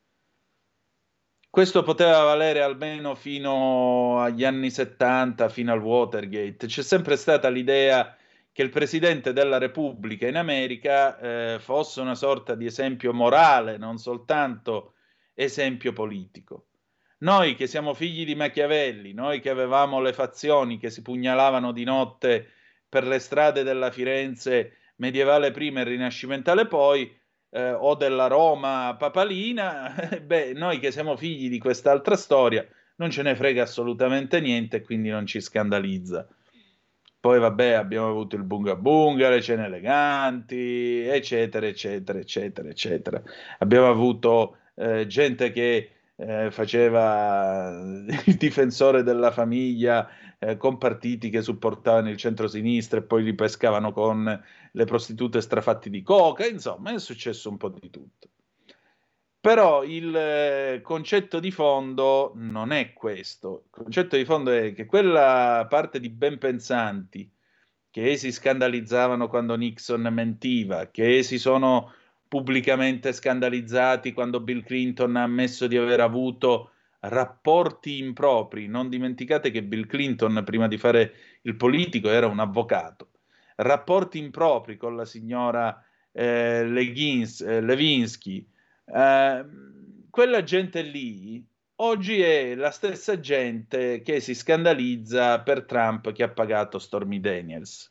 Questo poteva valere almeno fino agli anni settanta, fino al Watergate. C'è sempre stata l'idea che il Presidente della Repubblica in America eh, fosse una sorta di esempio morale, non soltanto esempio politico. Noi che siamo figli di Machiavelli, noi che avevamo le fazioni che si pugnalavano di notte per le strade della Firenze medievale prima e rinascimentale poi, Eh, o della Roma papalina, beh, noi che siamo figli di quest'altra storia non ce ne frega assolutamente niente e quindi non ci scandalizza. Poi vabbè, abbiamo avuto il bunga bunga, le cene eleganti, eccetera, eccetera, eccetera, eccetera. Abbiamo avuto eh, gente che eh, faceva il difensore della famiglia eh, con partiti che supportavano il centro-sinistra e poi li pescavano con le prostitute strafatti di coca, insomma è successo un po' di tutto. Però il eh, concetto di fondo non è questo. Il concetto di fondo è che quella parte di ben pensanti che si scandalizzavano quando Nixon mentiva, che si sono pubblicamente scandalizzati quando Bill Clinton ha ammesso di aver avuto rapporti impropri. Non dimenticate che Bill Clinton, prima di fare il politico, era un avvocato. Rapporti impropri con la signora eh, Legins, eh, Levinsky. Eh, quella gente lì oggi è la stessa gente che si scandalizza per Trump che ha pagato Stormy Daniels.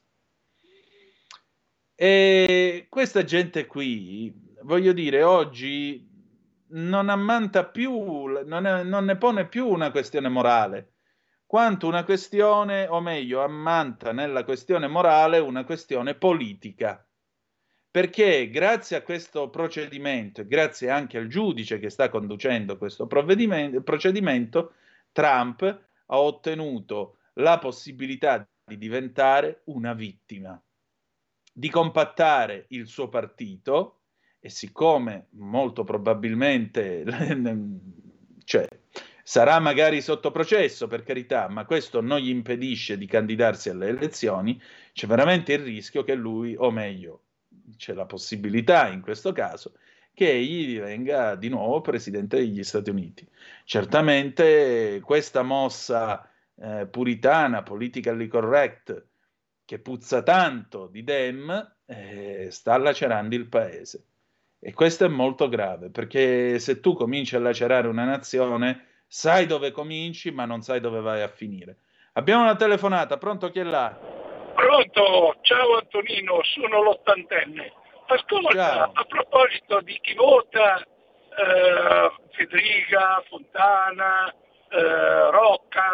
E questa gente qui, voglio dire, oggi non ammanta più, non, è, non ne pone più una questione morale, quanto una questione, o meglio, ammanta nella questione morale una questione politica. Perché grazie a questo procedimento e grazie anche al giudice che sta conducendo questo procedimento, Trump ha ottenuto la possibilità di diventare una vittima, di compattare il suo partito e siccome molto probabilmente cioè, sarà magari sotto processo, per carità, ma questo non gli impedisce di candidarsi alle elezioni, c'è veramente il rischio che lui, o meglio, c'è la possibilità in questo caso che egli divenga di nuovo presidente degli Stati Uniti. Certamente questa mossa eh, puritana, politically correct, che puzza tanto di Dem, eh, sta lacerando il paese. E questo è molto grave, perché se tu cominci a lacerare una nazione, sai dove cominci, ma non sai dove vai a finire. Abbiamo una telefonata, pronto, chi è là? Pronto, ciao Antonino, sono l'ottantenne. Ascolta, Ciao. A proposito di chi vota eh, Federica, Fontana, eh, Rocca,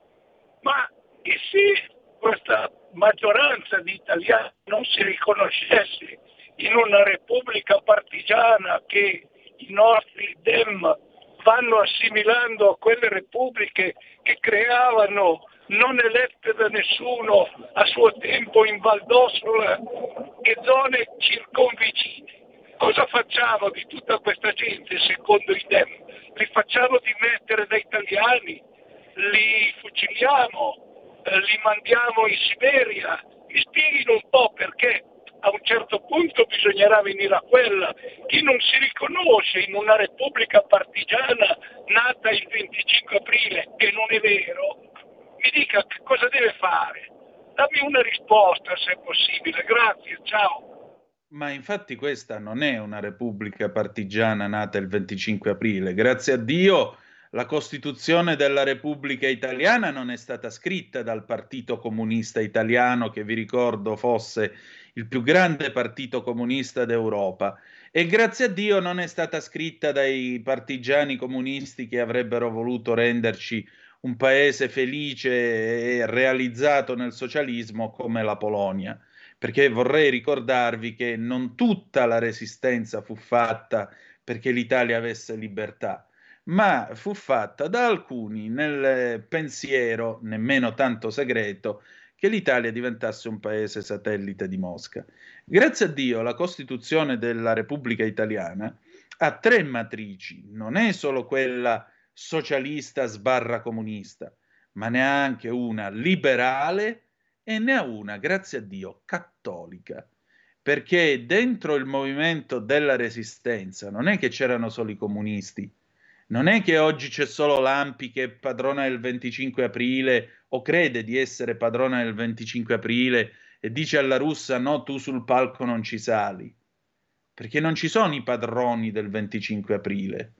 ma e se questa maggioranza di italiani non si riconoscesse in una repubblica partigiana che i nostri dem vanno assimilando a quelle repubbliche che creavano, non elette da nessuno a suo tempo in Val d'Ossola e zone circonvicine? Cosa facciamo di tutta questa gente secondo i dem? Li facciamo dimettere da italiani? Li fuciliamo? Eh, li mandiamo in Siberia? Mi spieghino un po' perché a un certo punto bisognerà venire a quella. Chi non si riconosce in una repubblica partigiana nata il venticinque aprile, e non è vero, mi dica che cosa deve fare. Dammi una risposta se è possibile. Grazie, ciao. Ma infatti questa non è una repubblica partigiana nata il venticinque aprile. Grazie a Dio la Costituzione della Repubblica Italiana non è stata scritta dal Partito Comunista Italiano, che vi ricordo fosse il più grande partito comunista d'Europa, e grazie a Dio non è stata scritta dai partigiani comunisti che avrebbero voluto renderci un paese felice e realizzato nel socialismo come la Polonia. Perché vorrei ricordarvi che non tutta la resistenza fu fatta perché l'Italia avesse libertà, ma fu fatta da alcuni nel pensiero, nemmeno tanto segreto, che l'Italia diventasse un paese satellite di Mosca. Grazie a Dio la Costituzione della Repubblica Italiana ha tre matrici, non è solo quella socialista sbarra comunista, ma ne ha anche una liberale e ne ha una, grazie a Dio, cattolica, perché dentro il movimento della resistenza non è che c'erano solo i comunisti, non è che oggi c'è solo Lampi che è padrona del venticinque aprile o crede di essere padrona del venticinque aprile e dice alla Russa no, tu sul palco non ci sali, perché non ci sono i padroni del venticinque aprile.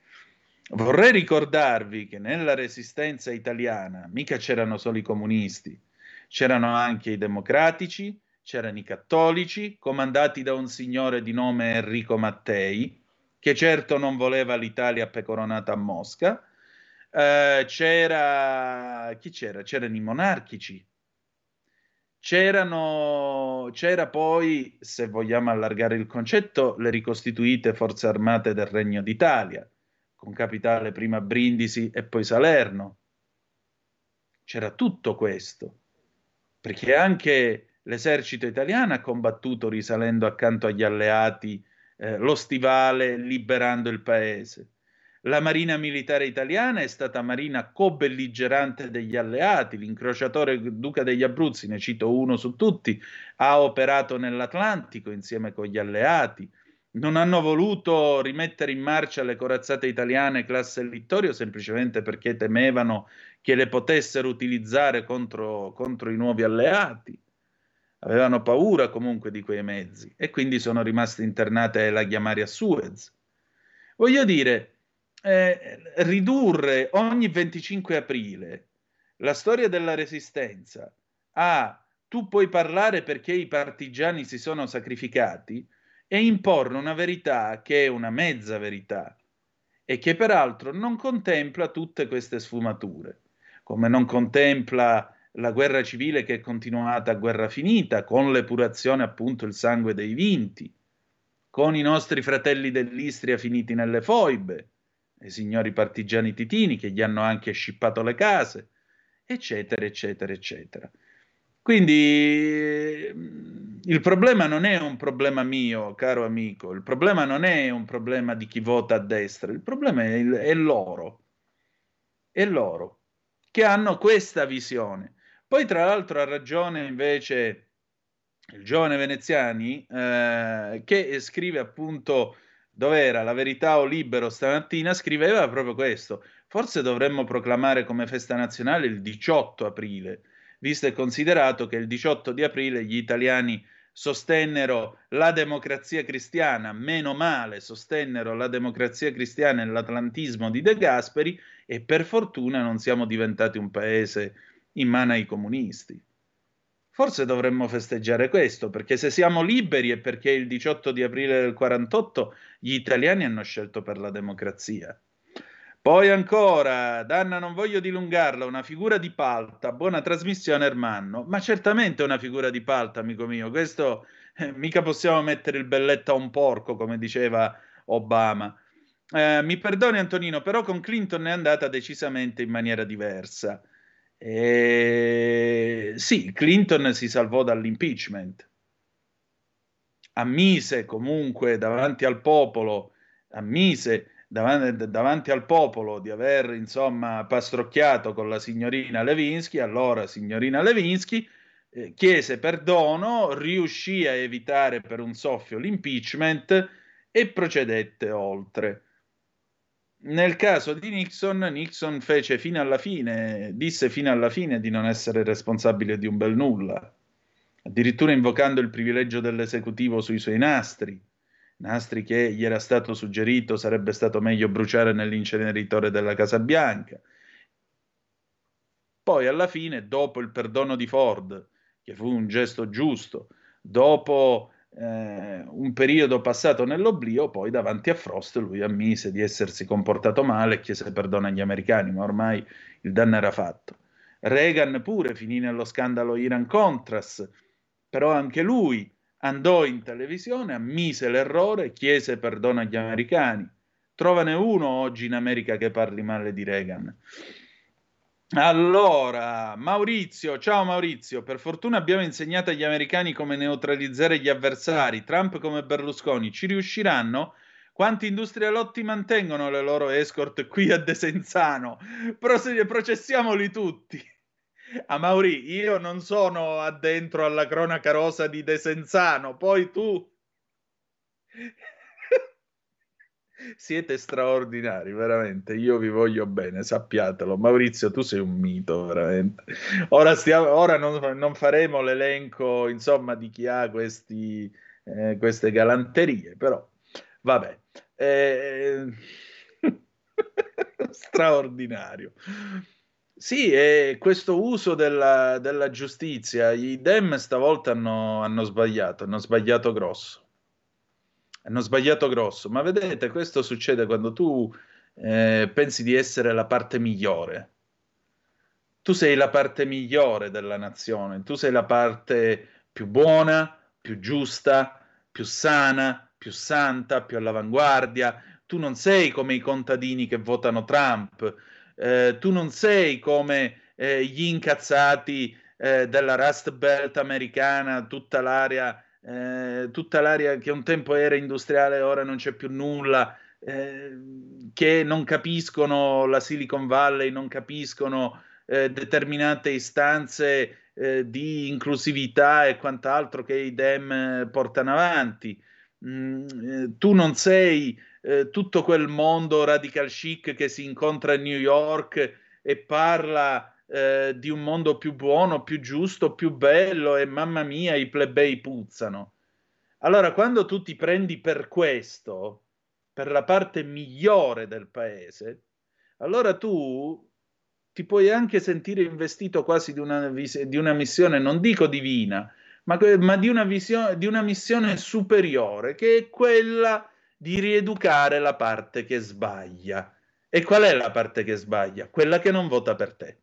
Vorrei ricordarvi che nella resistenza italiana mica c'erano solo i comunisti, c'erano anche i democratici, c'erano i cattolici, comandati da un signore di nome Enrico Mattei, che certo non voleva l'Italia pecoronata a Mosca. Eh, c'era chi c'era? C'erano i monarchici, c'erano c'era poi, se vogliamo allargare il concetto, le ricostituite forze armate del Regno d'Italia, con capitale prima Brindisi e poi Salerno. C'era tutto questo, perché anche l'esercito italiano ha combattuto risalendo accanto agli alleati eh, lo stivale, liberando il paese. La marina militare italiana è stata marina co-belligerante degli alleati, l'incrociatore Duca degli Abruzzi, ne cito uno su tutti, ha operato nell'Atlantico insieme con gli alleati. Non hanno voluto rimettere in marcia le corazzate italiane classe Littorio semplicemente perché temevano che le potessero utilizzare contro, contro i nuovi alleati. Avevano paura comunque di quei mezzi e quindi sono rimaste internate ai laghi amari a Suez. Voglio dire, eh, ridurre ogni venticinque aprile la storia della resistenza a tu puoi parlare perché i partigiani si sono sacrificati e imporre una verità che è una mezza verità e che peraltro non contempla tutte queste sfumature, come non contempla la guerra civile che è continuata a guerra finita, con l'epurazione appunto il sangue dei vinti, con i nostri fratelli dell'Istria finiti nelle foibe, i signori partigiani titini che gli hanno anche scippato le case, eccetera, eccetera, eccetera. Quindi il problema non è un problema mio, caro amico, il problema non è un problema di chi vota a destra, il problema è, il, è loro, è loro, che hanno questa visione. Poi tra l'altro ha ragione invece il giovane Veneziani eh, che scrive appunto, dov'era La Verità o Libero stamattina, scriveva proprio questo: forse dovremmo proclamare come festa nazionale il diciotto aprile, visto e considerato che il diciotto di aprile gli italiani sostennero la democrazia cristiana, meno male sostennero la democrazia cristiana e l'atlantismo di De Gasperi, e per fortuna non siamo diventati un paese in mano ai comunisti. Forse dovremmo festeggiare questo, perché se siamo liberi è perché il diciotto di aprile del quarantotto gli italiani hanno scelto per la democrazia. Poi ancora, Danna, non voglio dilungarla, una figura di palta, buona trasmissione Ermanno, ma certamente una figura di palta, amico mio, questo eh, mica possiamo mettere il belletto a un porco, come diceva Obama. Eh, mi perdoni Antonino, però con Clinton è andata decisamente in maniera diversa. E... Sì, Clinton si salvò dall'impeachment, ammise comunque davanti al popolo, ammise davanti, davanti al popolo di aver insomma pastrocchiato con la signorina Lewinsky, allora signorina Lewinsky, eh, chiese perdono, riuscì a evitare per un soffio l'impeachment e procedette oltre. Nel caso di Nixon, Nixon fece fino alla fine, disse fino alla fine di non essere responsabile di un bel nulla, addirittura invocando il privilegio dell'esecutivo sui suoi nastri, nastri che gli era stato suggerito sarebbe stato meglio bruciare nell'inceneritore della Casa Bianca. Poi alla fine, dopo il perdono di Ford, che fu un gesto giusto, dopo eh, un periodo passato nell'oblio, poi davanti a Frost lui ammise di essersi comportato male e chiese perdono agli americani, ma ormai il danno era fatto. Reagan pure finì nello scandalo Iran-Contras, però anche lui andò in televisione, ammise l'errore, chiese perdono agli americani. Trovane uno oggi in America che parli male di Reagan. Allora, Maurizio, ciao Maurizio, per fortuna abbiamo insegnato agli americani come neutralizzare gli avversari, Trump come Berlusconi, ci riusciranno? Quanti industrialotti mantengono le loro escort qui a Desenzano? Proce- processiamoli tutti. A Mauri, io non sono addentro alla cronaca rosa di Desenzano, poi tu... Siete straordinari, veramente. Io vi voglio bene, sappiatelo. Maurizio, tu sei un mito, veramente. Ora, stiamo, ora non, non faremo l'elenco, insomma, di chi ha questi, eh, queste galanterie, però vabbè. Eh, straordinario. Sì, e questo uso della, della giustizia, i Dem stavolta hanno, hanno sbagliato, hanno sbagliato grosso. Hanno sbagliato grosso, ma vedete, questo succede quando tu eh, pensi di essere la parte migliore. Tu sei la parte migliore della nazione, tu sei la parte più buona, più giusta, più sana, più santa, più all'avanguardia. Tu non sei come i contadini che votano Trump, eh, tu non sei come eh, gli incazzati eh, della Rust Belt americana, tutta l'area eh, tutta l'area che un tempo era industriale, ora non c'è più nulla, eh, che non capiscono la Silicon Valley, non capiscono eh, determinate istanze eh, di inclusività e quant'altro che i Dem eh, portano avanti. Mm, eh, tu non sei eh, tutto quel mondo radical chic che si incontra a New York e parla eh, di un mondo più buono, più giusto, più bello e mamma mia, i plebei puzzano. Allora, quando tu ti prendi per questo, per la parte migliore del paese, allora tu ti puoi anche sentire investito quasi di una, vis- di una missione, non dico divina, ma, que- ma di, una visio- di una missione superiore, che è quella di rieducare la parte che sbaglia. E qual è la parte che sbaglia? Quella che non vota per te.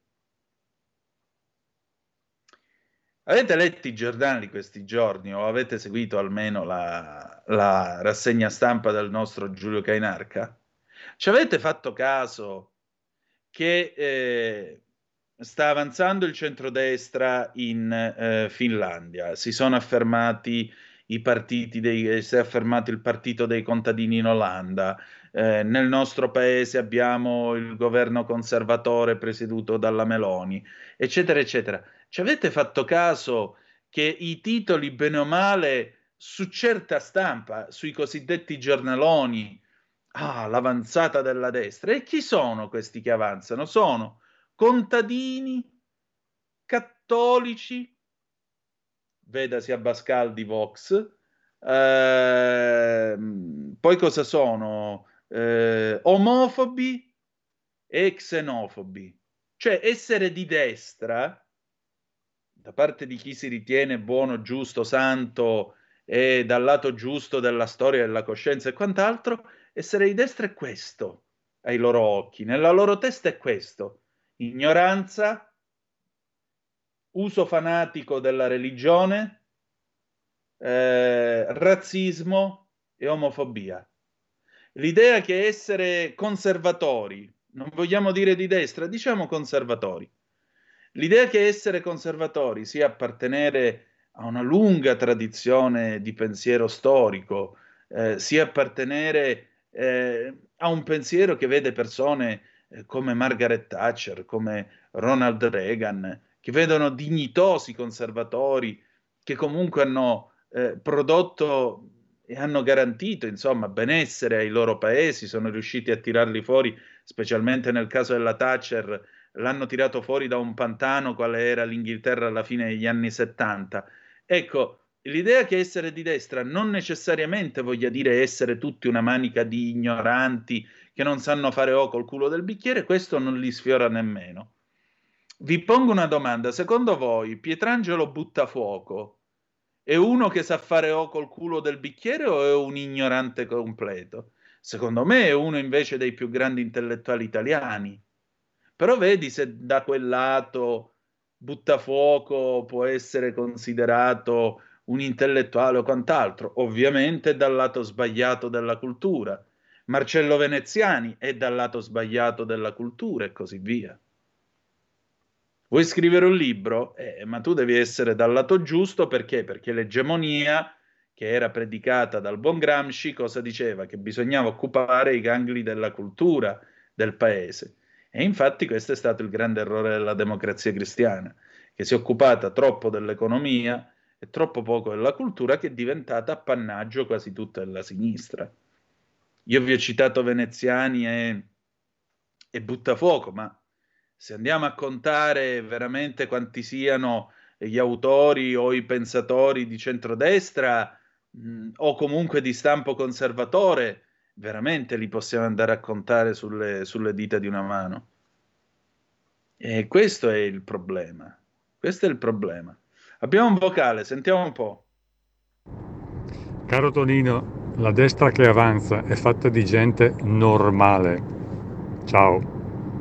Avete letto i giornali questi giorni o avete seguito almeno la, la rassegna stampa del nostro Giulio Cainarca? Ci avete fatto caso che eh, sta avanzando il centrodestra in eh, Finlandia? Si sono affermati i partiti dei, si è affermato il partito dei contadini in Olanda. Eh, nel nostro paese abbiamo il governo conservatore presieduto dalla Meloni, eccetera, eccetera. Ci avete fatto caso che i titoli, bene o male, su certa stampa, sui cosiddetti giornaloni, ah, l'avanzata della destra. E chi sono questi che avanzano? Sono contadini, cattolici, vedasi Abascal di Vox, ehm, poi cosa sono? Eh, omofobi e xenofobi. Cioè essere di destra da parte di chi si ritiene buono, giusto, santo e dal lato giusto della storia, della coscienza e quant'altro, essere di destra è questo ai loro occhi, nella loro testa è questo: ignoranza, uso fanatico della religione, eh, razzismo e omofobia. L'idea che essere conservatori, non vogliamo dire di destra, diciamo conservatori, l'idea che essere conservatori sia appartenere a una lunga tradizione di pensiero storico, eh, sia appartenere eh, a un pensiero che vede persone eh, come Margaret Thatcher, come Ronald Reagan, che vedono dignitosi conservatori che comunque hanno eh, prodotto e hanno garantito, insomma, benessere ai loro paesi, sono riusciti a tirarli fuori, specialmente nel caso della Thatcher, l'hanno tirato fuori da un pantano quale era l'Inghilterra alla fine degli anni settanta. Ecco, l'idea che essere di destra non necessariamente voglia dire essere tutti una manica di ignoranti che non sanno fare O col culo del bicchiere, questo non li sfiora nemmeno. Vi pongo una domanda: secondo voi Pietrangelo Buttafuoco è uno che sa fare O col culo del bicchiere o è un ignorante completo? Secondo me è uno invece dei più grandi intellettuali italiani. Però vedi se da quel lato Buttafuoco può essere considerato un intellettuale o quant'altro. Ovviamente dal lato sbagliato della cultura. Marcello Veneziani è dal lato sbagliato della cultura e così via. Vuoi scrivere un libro? Eh, ma tu devi essere dal lato giusto, perché? Perché l'egemonia che era predicata dal buon Gramsci cosa diceva? Che bisognava occupare i gangli della cultura del paese. E infatti questo è stato il grande errore della Democrazia Cristiana, che si è occupata troppo dell'economia e troppo poco della cultura, che è diventata appannaggio quasi tutta della sinistra. Io vi ho citato Veneziani e, e Buttafuoco, ma se andiamo a contare veramente quanti siano gli autori o i pensatori di centrodestra mh, o comunque di stampo conservatore, veramente li possiamo andare a contare sulle, sulle dita di una mano. E questo è il problema. Questo è il problema. Abbiamo un vocale, sentiamo un po'. Caro Tonino, la destra che avanza è fatta di gente normale. Ciao.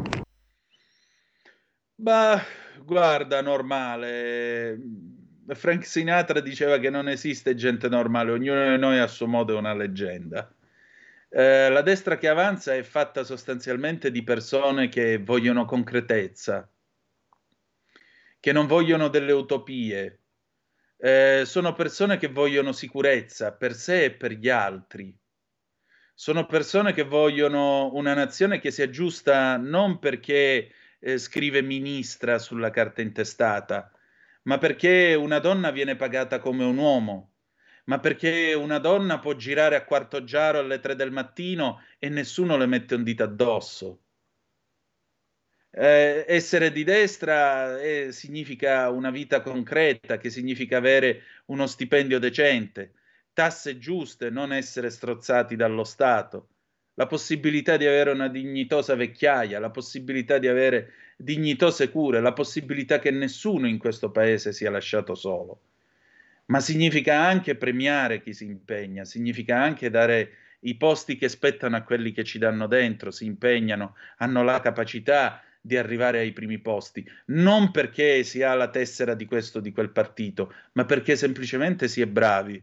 Bah, guarda, normale. Frank Sinatra diceva che non esiste gente normale, ognuno di noi a suo modo è una leggenda. Eh, la destra che avanza è fatta sostanzialmente di persone che vogliono concretezza, che non vogliono delle utopie. Eh, sono persone che vogliono sicurezza per sé e per gli altri. Sono persone che vogliono una nazione che sia giusta non perché eh, scrive ministra sulla carta intestata, ma perché una donna viene pagata come un uomo, ma perché una donna può girare a quarto giaro alle tre del mattino e nessuno le mette un dito addosso. Eh, essere di destra eh, significa una vita concreta, che significa avere uno stipendio decente, tasse giuste, non essere strozzati dallo Stato, la possibilità di avere una dignitosa vecchiaia, la possibilità di avere dignitose cure, la possibilità che nessuno in questo paese sia lasciato solo. Ma significa anche premiare chi si impegna, significa anche dare i posti che spettano a quelli che ci danno dentro, si impegnano, hanno la capacità di arrivare ai primi posti, non perché si ha la tessera di questo o di quel partito, ma perché semplicemente si è bravi.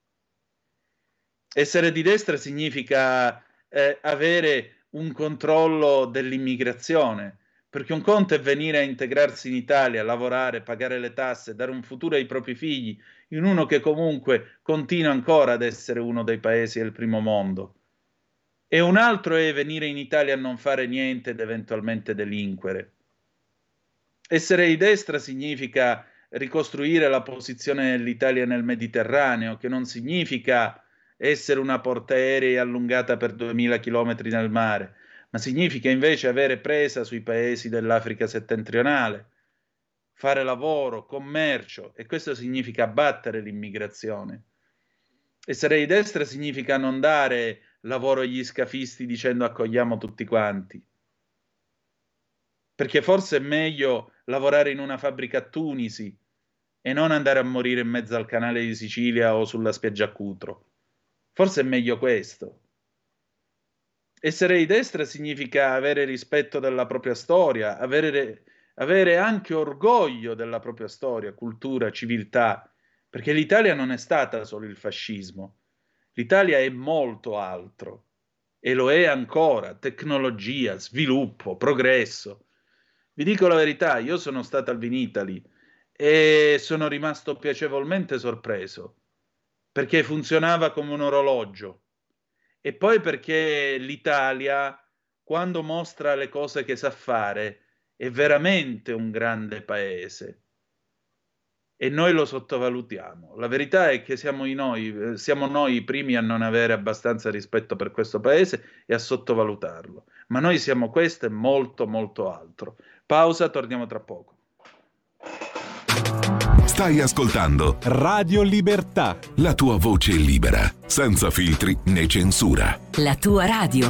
Essere di destra significa eh, avere un controllo dell'immigrazione, perché un conto è venire a integrarsi in Italia, lavorare, pagare le tasse, dare un futuro ai propri figli, in uno che comunque continua ancora ad essere uno dei paesi del primo mondo. E un altro è venire in Italia a non fare niente ed eventualmente delinquere. Essere di destra significa ricostruire la posizione dell'Italia nel Mediterraneo, che non significa essere una portaerei allungata per duemila chilometri nel mare, ma significa invece avere presa sui paesi dell'Africa settentrionale, fare lavoro, commercio, e questo significa abbattere l'immigrazione. Essere di destra significa non dare lavoro agli scafisti dicendo accogliamo tutti quanti, perché forse è meglio lavorare in una fabbrica a Tunisi e non andare a morire in mezzo al canale di Sicilia o sulla spiaggia a Cutro. Forse è meglio questo. Essere di destra significa avere rispetto della propria storia, avere, avere anche orgoglio della propria storia, cultura, civiltà, perché l'Italia non è stata solo il fascismo, l'Italia è molto altro e lo è ancora: tecnologia, sviluppo, progresso. Vi dico la verità, io sono stato al Vinitaly e sono rimasto piacevolmente sorpreso, perché funzionava come un orologio. E poi perché l'Italia, quando mostra le cose che sa fare, è veramente un grande paese. E noi lo sottovalutiamo. La verità è che siamo, i noi, siamo noi i primi a non avere abbastanza rispetto per questo paese e a sottovalutarlo. Ma noi siamo questo e molto, molto altro. Pausa, torniamo tra poco. Stai ascoltando Radio Libertà, la tua voce libera, senza filtri né censura. La tua radio.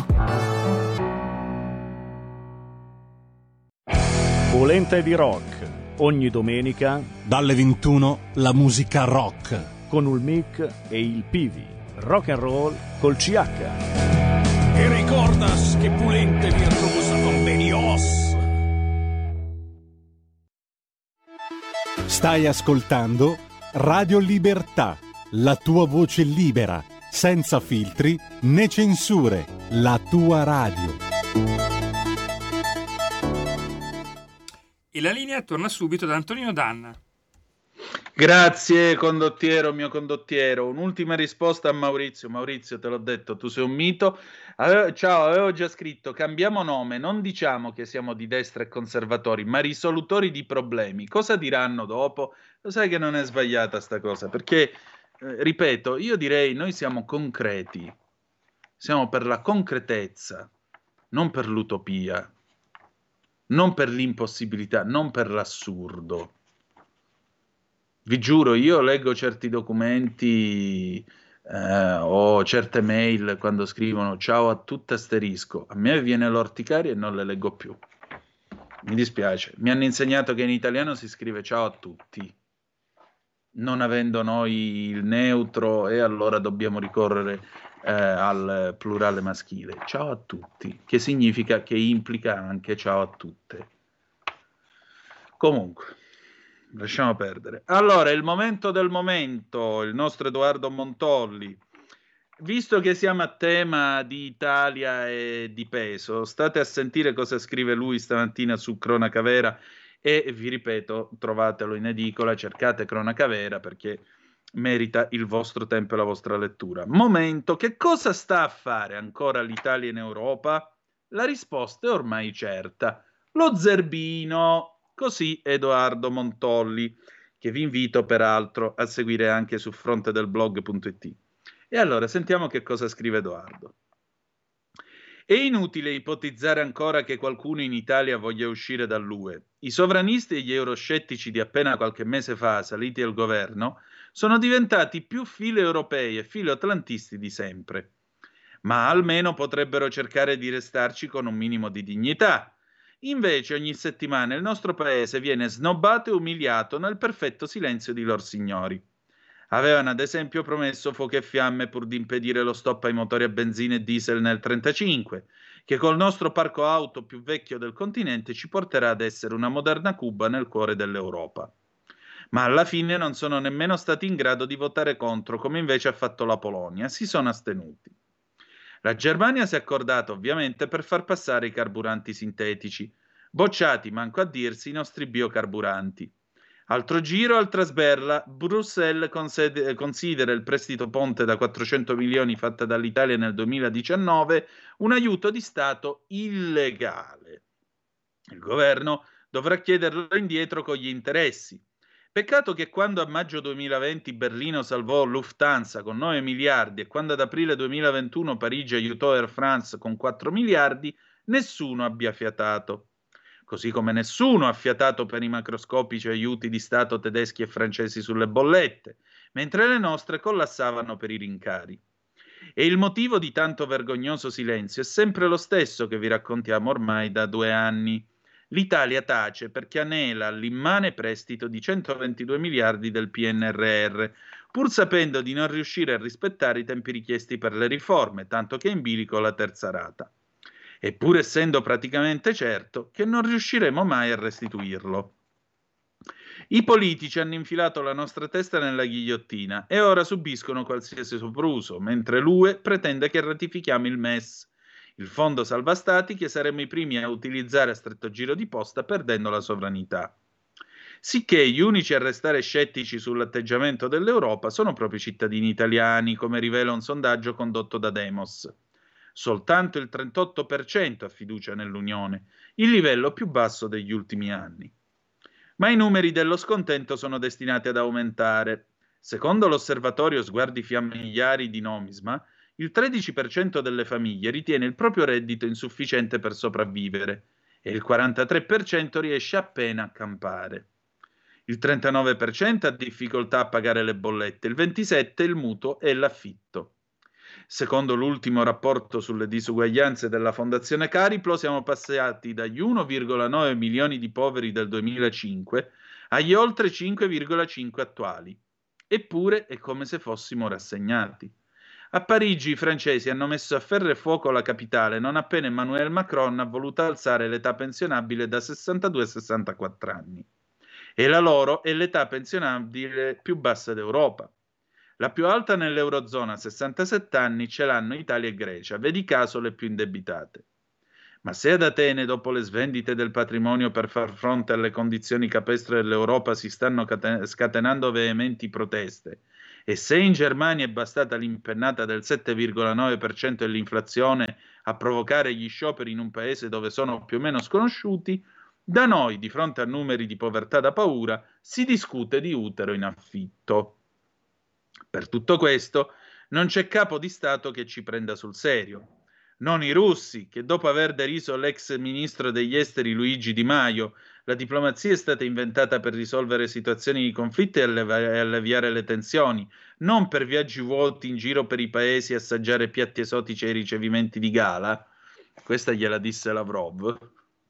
Polenta di rock. Ogni domenica dalle ventuno la musica rock con il Mic e il Pivi. Rock and roll col C H. E ricordas che pulente virtuosa convenios. Stai ascoltando Radio Libertà, la tua voce libera, senza filtri né censure, la tua radio. E la linea torna subito da Antonino Danna. Grazie condottiero, mio condottiero. Un'ultima risposta a Maurizio. Maurizio, te l'ho detto, tu sei un mito. Avevo, ciao, avevo già scritto, cambiamo nome, non diciamo che siamo di destra e conservatori, ma risolutori di problemi. Cosa diranno dopo? Lo sai che non è sbagliata sta cosa, perché, eh, ripeto, io direi noi siamo concreti, siamo per la concretezza, non per l'utopia, non per l'impossibilità, non per l'assurdo. Vi giuro, io leggo certi documenti eh, o certe mail quando scrivono ciao a tutti asterisco, a me viene l'orticaria e non le leggo più. Mi dispiace, mi hanno insegnato che in italiano si scrive ciao a tutti, non avendo noi il neutro, e allora dobbiamo ricorrere eh, al plurale maschile. Ciao a tutti, che significa, che implica anche ciao a tutte. Comunque, lasciamo perdere. Allora, il momento del momento, il nostro Edoardo Montolli. Visto che siamo a tema di Italia e di peso, state a sentire cosa scrive lui stamattina su Cronaca Vera e vi ripeto, trovatelo in edicola, cercate Cronaca Vera perché merita il vostro tempo e la vostra lettura. Momento, che cosa sta a fare ancora l'Italia in Europa? La risposta è ormai certa. Lo zerbino, così Edoardo Montolli, che vi invito peraltro a seguire anche su frontedelblog punto it. E allora sentiamo che cosa scrive Edoardo. È inutile ipotizzare ancora che qualcuno in Italia voglia uscire dall'U E. I sovranisti e gli euroscettici di appena qualche mese fa saliti al governo sono diventati più filo europei e filo atlantisti di sempre. Ma almeno potrebbero cercare di restarci con un minimo di dignità. Invece ogni settimana il nostro paese viene snobbato e umiliato nel perfetto silenzio di lor signori. Avevano ad esempio promesso fuoco e fiamme pur di impedire lo stop ai motori a benzina e diesel nel trentacinque, che col nostro parco auto più vecchio del continente ci porterà ad essere una moderna Cuba nel cuore dell'Europa. Ma alla fine non sono nemmeno stati in grado di votare contro, come invece ha fatto la Polonia, si sono astenuti. La Germania si è accordata ovviamente per far passare i carburanti sintetici, bocciati manco a dirsi i nostri biocarburanti. Altro giro, altra sberla, Bruxelles consede, considera il prestito ponte da quattrocento milioni fatta dall'Italia nel duemiladiciannove un aiuto di Stato illegale. Il governo dovrà chiederlo indietro con gli interessi. Peccato che quando a maggio duemilaventi Berlino salvò Lufthansa con nove miliardi e quando ad aprile duemilaventuno Parigi aiutò Air France con quattro miliardi, nessuno abbia fiatato. Così come nessuno ha fiatato per i macroscopici aiuti di Stato tedeschi e francesi sulle bollette, mentre le nostre collassavano per i rincari. E il motivo di tanto vergognoso silenzio è sempre lo stesso che vi raccontiamo ormai da due anni. L'Italia tace perché anela all'immane prestito di centoventidue miliardi del P N R R, pur sapendo di non riuscire a rispettare i tempi richiesti per le riforme, tanto che è in bilico la terza rata. E pur essendo praticamente certo che non riusciremo mai a restituirlo. I politici hanno infilato la nostra testa nella ghigliottina e ora subiscono qualsiasi sopruso, mentre l'U E pretende che ratifichiamo il M E S, il Fondo Salva Stati, che saremmo i primi a utilizzare a stretto giro di posta perdendo la sovranità. Sicché gli unici a restare scettici sull'atteggiamento dell'Europa sono proprio i cittadini italiani, come rivela un sondaggio condotto da Demos. Soltanto il trentotto per cento ha fiducia nell'Unione, il livello più basso degli ultimi anni. Ma i numeri dello scontento sono destinati ad aumentare. Secondo l'osservatorio Sguardi Familiari di Nomisma, il tredici per cento delle famiglie ritiene il proprio reddito insufficiente per sopravvivere e il quarantatré per cento riesce appena a campare. Il trentanove per cento ha difficoltà a pagare le bollette, il ventisette per cento il mutuo e l'affitto. Secondo l'ultimo rapporto sulle disuguaglianze della Fondazione Cariplo, siamo passati dagli uno virgola nove milioni di poveri del duemilacinque agli oltre cinque virgola cinque attuali. Eppure è come se fossimo rassegnati. A Parigi i francesi hanno messo a ferro e fuoco la capitale non appena Emmanuel Macron ha voluto alzare l'età pensionabile da sessantadue a sessantaquattro anni. E la loro è l'età pensionabile più bassa d'Europa. La più alta nell'Eurozona, a sessantasette anni, ce l'hanno Italia e Grecia, vedi caso le più indebitate. Ma se ad Atene, dopo le svendite del patrimonio per far fronte alle condizioni capestre dell'Europa, si stanno scatenando veementi proteste, e se in Germania è bastata l'impennata del sette virgola nove per cento dell'inflazione a provocare gli scioperi in un paese dove sono più o meno sconosciuti, da noi, di fronte a numeri di povertà da paura, si discute di utero in affitto. Per tutto questo non c'è capo di Stato che ci prenda sul serio. Non i russi, che dopo aver deriso l'ex ministro degli esteri Luigi Di Maio, la diplomazia è stata inventata per risolvere situazioni di conflitto e alleviare le tensioni, non per viaggi vuoti in giro per i paesi e assaggiare piatti esotici ai ricevimenti di gala. Questa gliela disse Lavrov.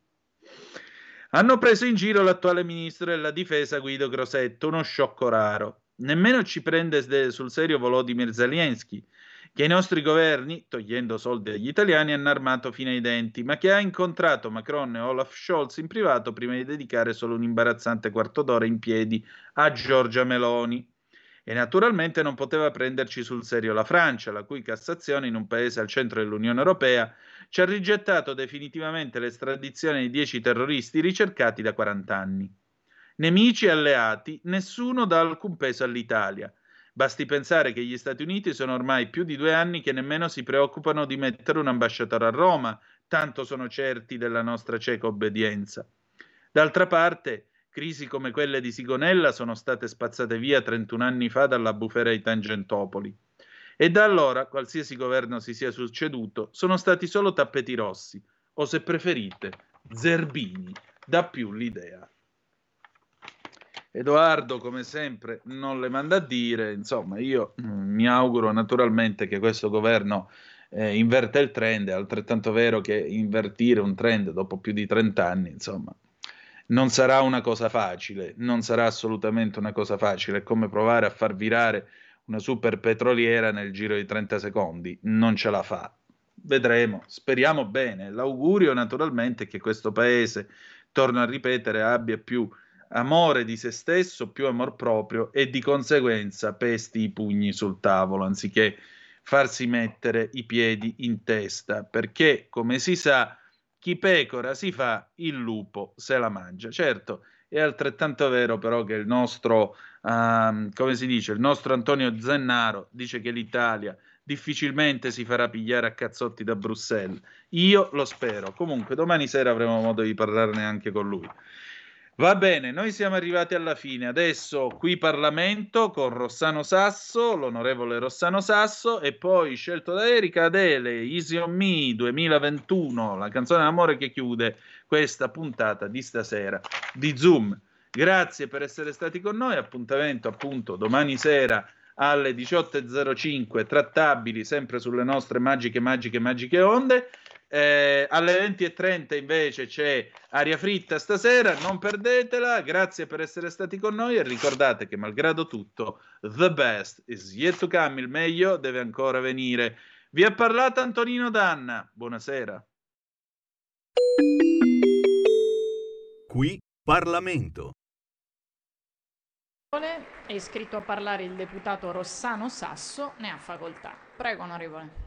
Hanno preso in giro l'attuale ministro della difesa Guido Crosetto, uno sciocco raro. Nemmeno ci prende sul serio Volodymyr Zelensky, che i nostri governi, togliendo soldi agli italiani, hanno armato fino ai denti, ma che ha incontrato Macron e Olaf Scholz in privato prima di dedicare solo un imbarazzante quarto d'ora in piedi a Giorgia Meloni. E naturalmente non poteva prenderci sul serio la Francia, la cui Cassazione, in un paese al centro dell'Unione Europea, ci ha rigettato definitivamente l'estradizione di dieci terroristi ricercati da quaranta anni. Nemici e alleati, nessuno dà alcun peso all'Italia. Basti pensare che gli Stati Uniti sono ormai più di due anni che nemmeno si preoccupano di mettere un ambasciatore a Roma, tanto sono certi della nostra cieca obbedienza. D'altra parte, crisi come quelle di Sigonella sono state spazzate via trentuno anni fa dalla bufera di Tangentopoli. E da allora, qualsiasi governo si sia succeduto, sono stati solo tappeti rossi, o se preferite, zerbini, da più l'idea. Edoardo, come sempre, non le manda a dire, insomma, io mm, mi auguro naturalmente che questo governo eh, inverta il trend, è altrettanto vero che invertire un trend dopo più di trenta anni, insomma, non sarà una cosa facile, non sarà assolutamente una cosa facile, è come provare a far virare una super petroliera nel giro di trenta secondi, non ce la fa. Vedremo, speriamo bene, l'augurio naturalmente è che questo paese, torno a ripetere, abbia più amore di se stesso, più amor proprio e di conseguenza pesti i pugni sul tavolo anziché farsi mettere i piedi in testa, perché come si sa chi pecora si fa, il lupo se la mangia. Certo, è altrettanto vero però che il nostro um, come si dice, il nostro Antonio Zennaro dice che l'Italia difficilmente si farà pigliare a cazzotti da Bruxelles. Io lo spero. Comunque domani sera avremo modo di parlarne anche con lui. Va bene, noi siamo arrivati alla fine. Adesso qui Parlamento con Rossano Sasso, l'onorevole Rossano Sasso, e poi scelto da Erika Adele, Easy on Me duemilaventuno, la canzone d'amore che chiude questa puntata di stasera di Zoom. Grazie per essere stati con noi, appuntamento appunto domani sera alle diciotto e zero cinque, trattabili sempre sulle nostre magiche, magiche, magiche onde. Eh, alle venti e trenta invece c'è Aria Fritta stasera, non perdetela. Grazie per essere stati con noi e ricordate che malgrado tutto the best is yet to come, il meglio deve ancora venire. Vi ha parlato Antonino Danna, buonasera. Qui Parlamento. È iscritto a parlare il deputato Rossano Sasso, ne ha facoltà. Prego, onorevole.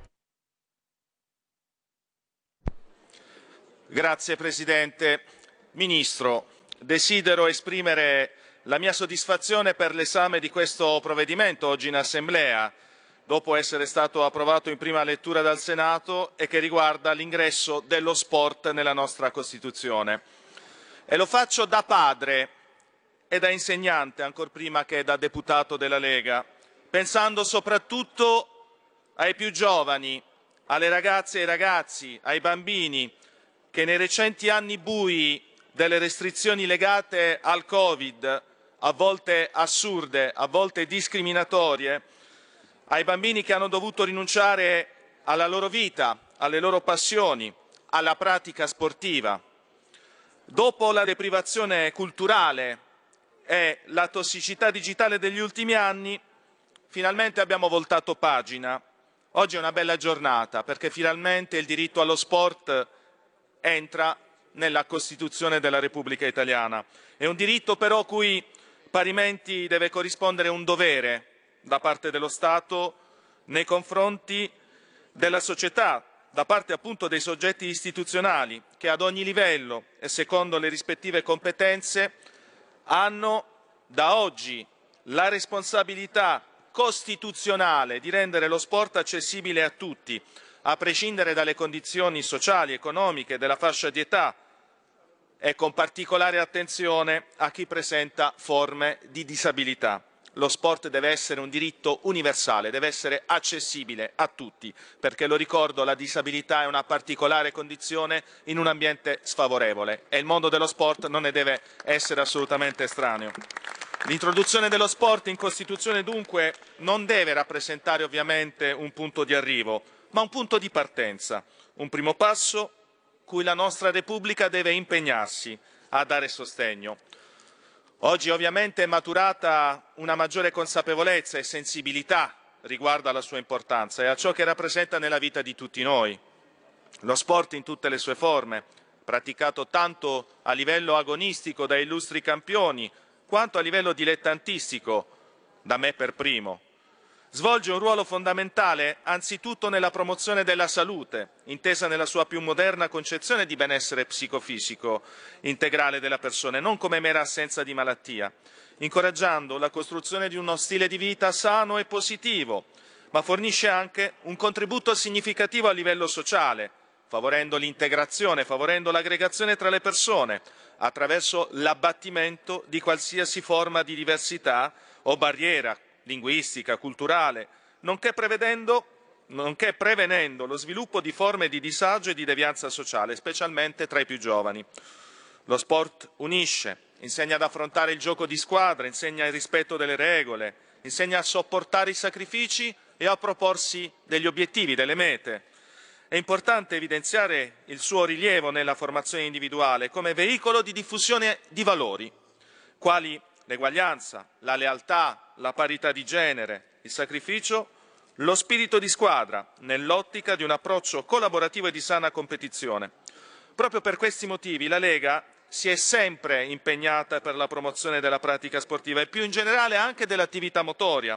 Grazie Presidente. Ministro, desidero esprimere la mia soddisfazione per l'esame di questo provvedimento oggi in Assemblea, dopo essere stato approvato in prima lettura dal Senato e che riguarda l'ingresso dello sport nella nostra Costituzione. E lo faccio da padre e da insegnante, ancor prima che da deputato della Lega, pensando soprattutto ai più giovani, alle ragazze e ai ragazzi, ai bambini, che nei recenti anni bui delle restrizioni legate al Covid, a volte assurde, a volte discriminatorie, ai bambini che hanno dovuto rinunciare alla loro vita, alle loro passioni, alla pratica sportiva. Dopo la deprivazione culturale e la tossicità digitale degli ultimi anni, finalmente abbiamo voltato pagina. Oggi è una bella giornata perché finalmente il diritto allo sport entra nella Costituzione della Repubblica Italiana. È un diritto però cui parimenti deve corrispondere un dovere da parte dello Stato nei confronti della società, da parte appunto dei soggetti istituzionali che ad ogni livello e secondo le rispettive competenze hanno da oggi la responsabilità costituzionale di rendere lo sport accessibile a tutti, a prescindere dalle condizioni sociali, economiche, della fascia di età e con particolare attenzione a chi presenta forme di disabilità. Lo sport deve essere un diritto universale, deve essere accessibile a tutti, perché lo ricordo, la disabilità è una particolare condizione in un ambiente sfavorevole e il mondo dello sport non ne deve essere assolutamente estraneo. L'introduzione dello sport in Costituzione dunque non deve rappresentare ovviamente un punto di arrivo, ma un punto di partenza, un primo passo cui la nostra Repubblica deve impegnarsi a dare sostegno. Oggi ovviamente è maturata una maggiore consapevolezza e sensibilità riguardo alla sua importanza e a ciò che rappresenta nella vita di tutti noi. Lo sport in tutte le sue forme, praticato tanto a livello agonistico da illustri campioni, quanto a livello dilettantistico, da me per primo. Svolge un ruolo fondamentale anzitutto nella promozione della salute, intesa nella sua più moderna concezione di benessere psicofisico integrale della persona, non come mera assenza di malattia, incoraggiando la costruzione di uno stile di vita sano e positivo, ma fornisce anche un contributo significativo a livello sociale, favorendo l'integrazione, favorendo l'aggregazione tra le persone, attraverso l'abbattimento di qualsiasi forma di diversità o barriera linguistica, culturale, nonché prevedendo, nonché prevenendo lo sviluppo di forme di disagio e di devianza sociale, specialmente tra i più giovani. Lo sport unisce, insegna ad affrontare il gioco di squadra, insegna il rispetto delle regole, insegna a sopportare i sacrifici e a proporsi degli obiettivi, delle mete. È importante evidenziare il suo rilievo nella formazione individuale come veicolo di diffusione di valori, quali l'eguaglianza, la lealtà, la parità di genere, il sacrificio, lo spirito di squadra, nell'ottica di un approccio collaborativo e di sana competizione. Proprio per questi motivi la Lega si è sempre impegnata per la promozione della pratica sportiva e più in generale anche dell'attività motoria.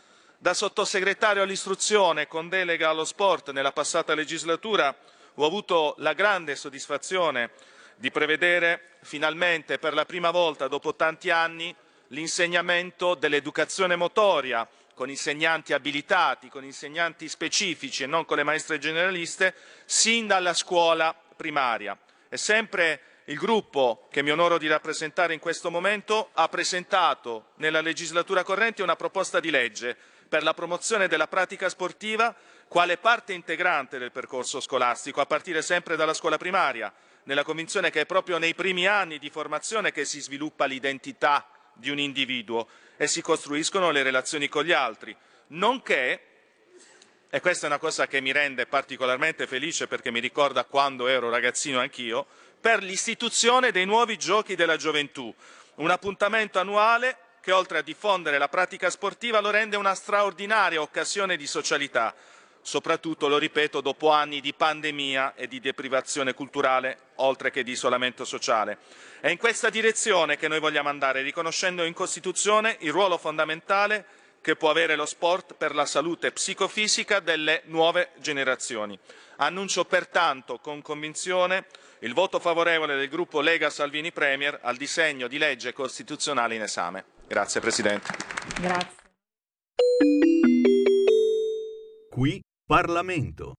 Da sottosegretario all'istruzione con delega allo sport nella passata legislatura ho avuto la grande soddisfazione di prevedere finalmente per la prima volta dopo tanti anni l'insegnamento dell'educazione motoria con insegnanti abilitati, con insegnanti specifici e non con le maestre generaliste, sin dalla scuola primaria. E sempre il gruppo che mi onoro di rappresentare in questo momento ha presentato nella legislatura corrente una proposta di legge per la promozione della pratica sportiva quale parte integrante del percorso scolastico, a partire sempre dalla scuola primaria, nella convinzione che è proprio nei primi anni di formazione che si sviluppa l'identità di un individuo e si costruiscono le relazioni con gli altri, nonché e questa è una cosa che mi rende particolarmente felice perché mi ricorda quando ero ragazzino anch'io, per l'istituzione dei nuovi giochi della gioventù, un appuntamento annuale che oltre a diffondere la pratica sportiva lo rende una straordinaria occasione di socialità, soprattutto, lo ripeto, dopo anni di pandemia e di deprivazione culturale, oltre che di isolamento sociale. È in questa direzione che noi vogliamo andare, riconoscendo in Costituzione il ruolo fondamentale che può avere lo sport per la salute psicofisica delle nuove generazioni. Annuncio pertanto con convinzione il voto favorevole del gruppo Lega Salvini Premier al disegno di legge costituzionale in esame. Grazie Presidente. Grazie. Qui Parlamento.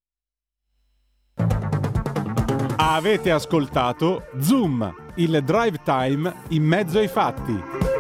Avete ascoltato Zoom, il drive time in mezzo ai fatti.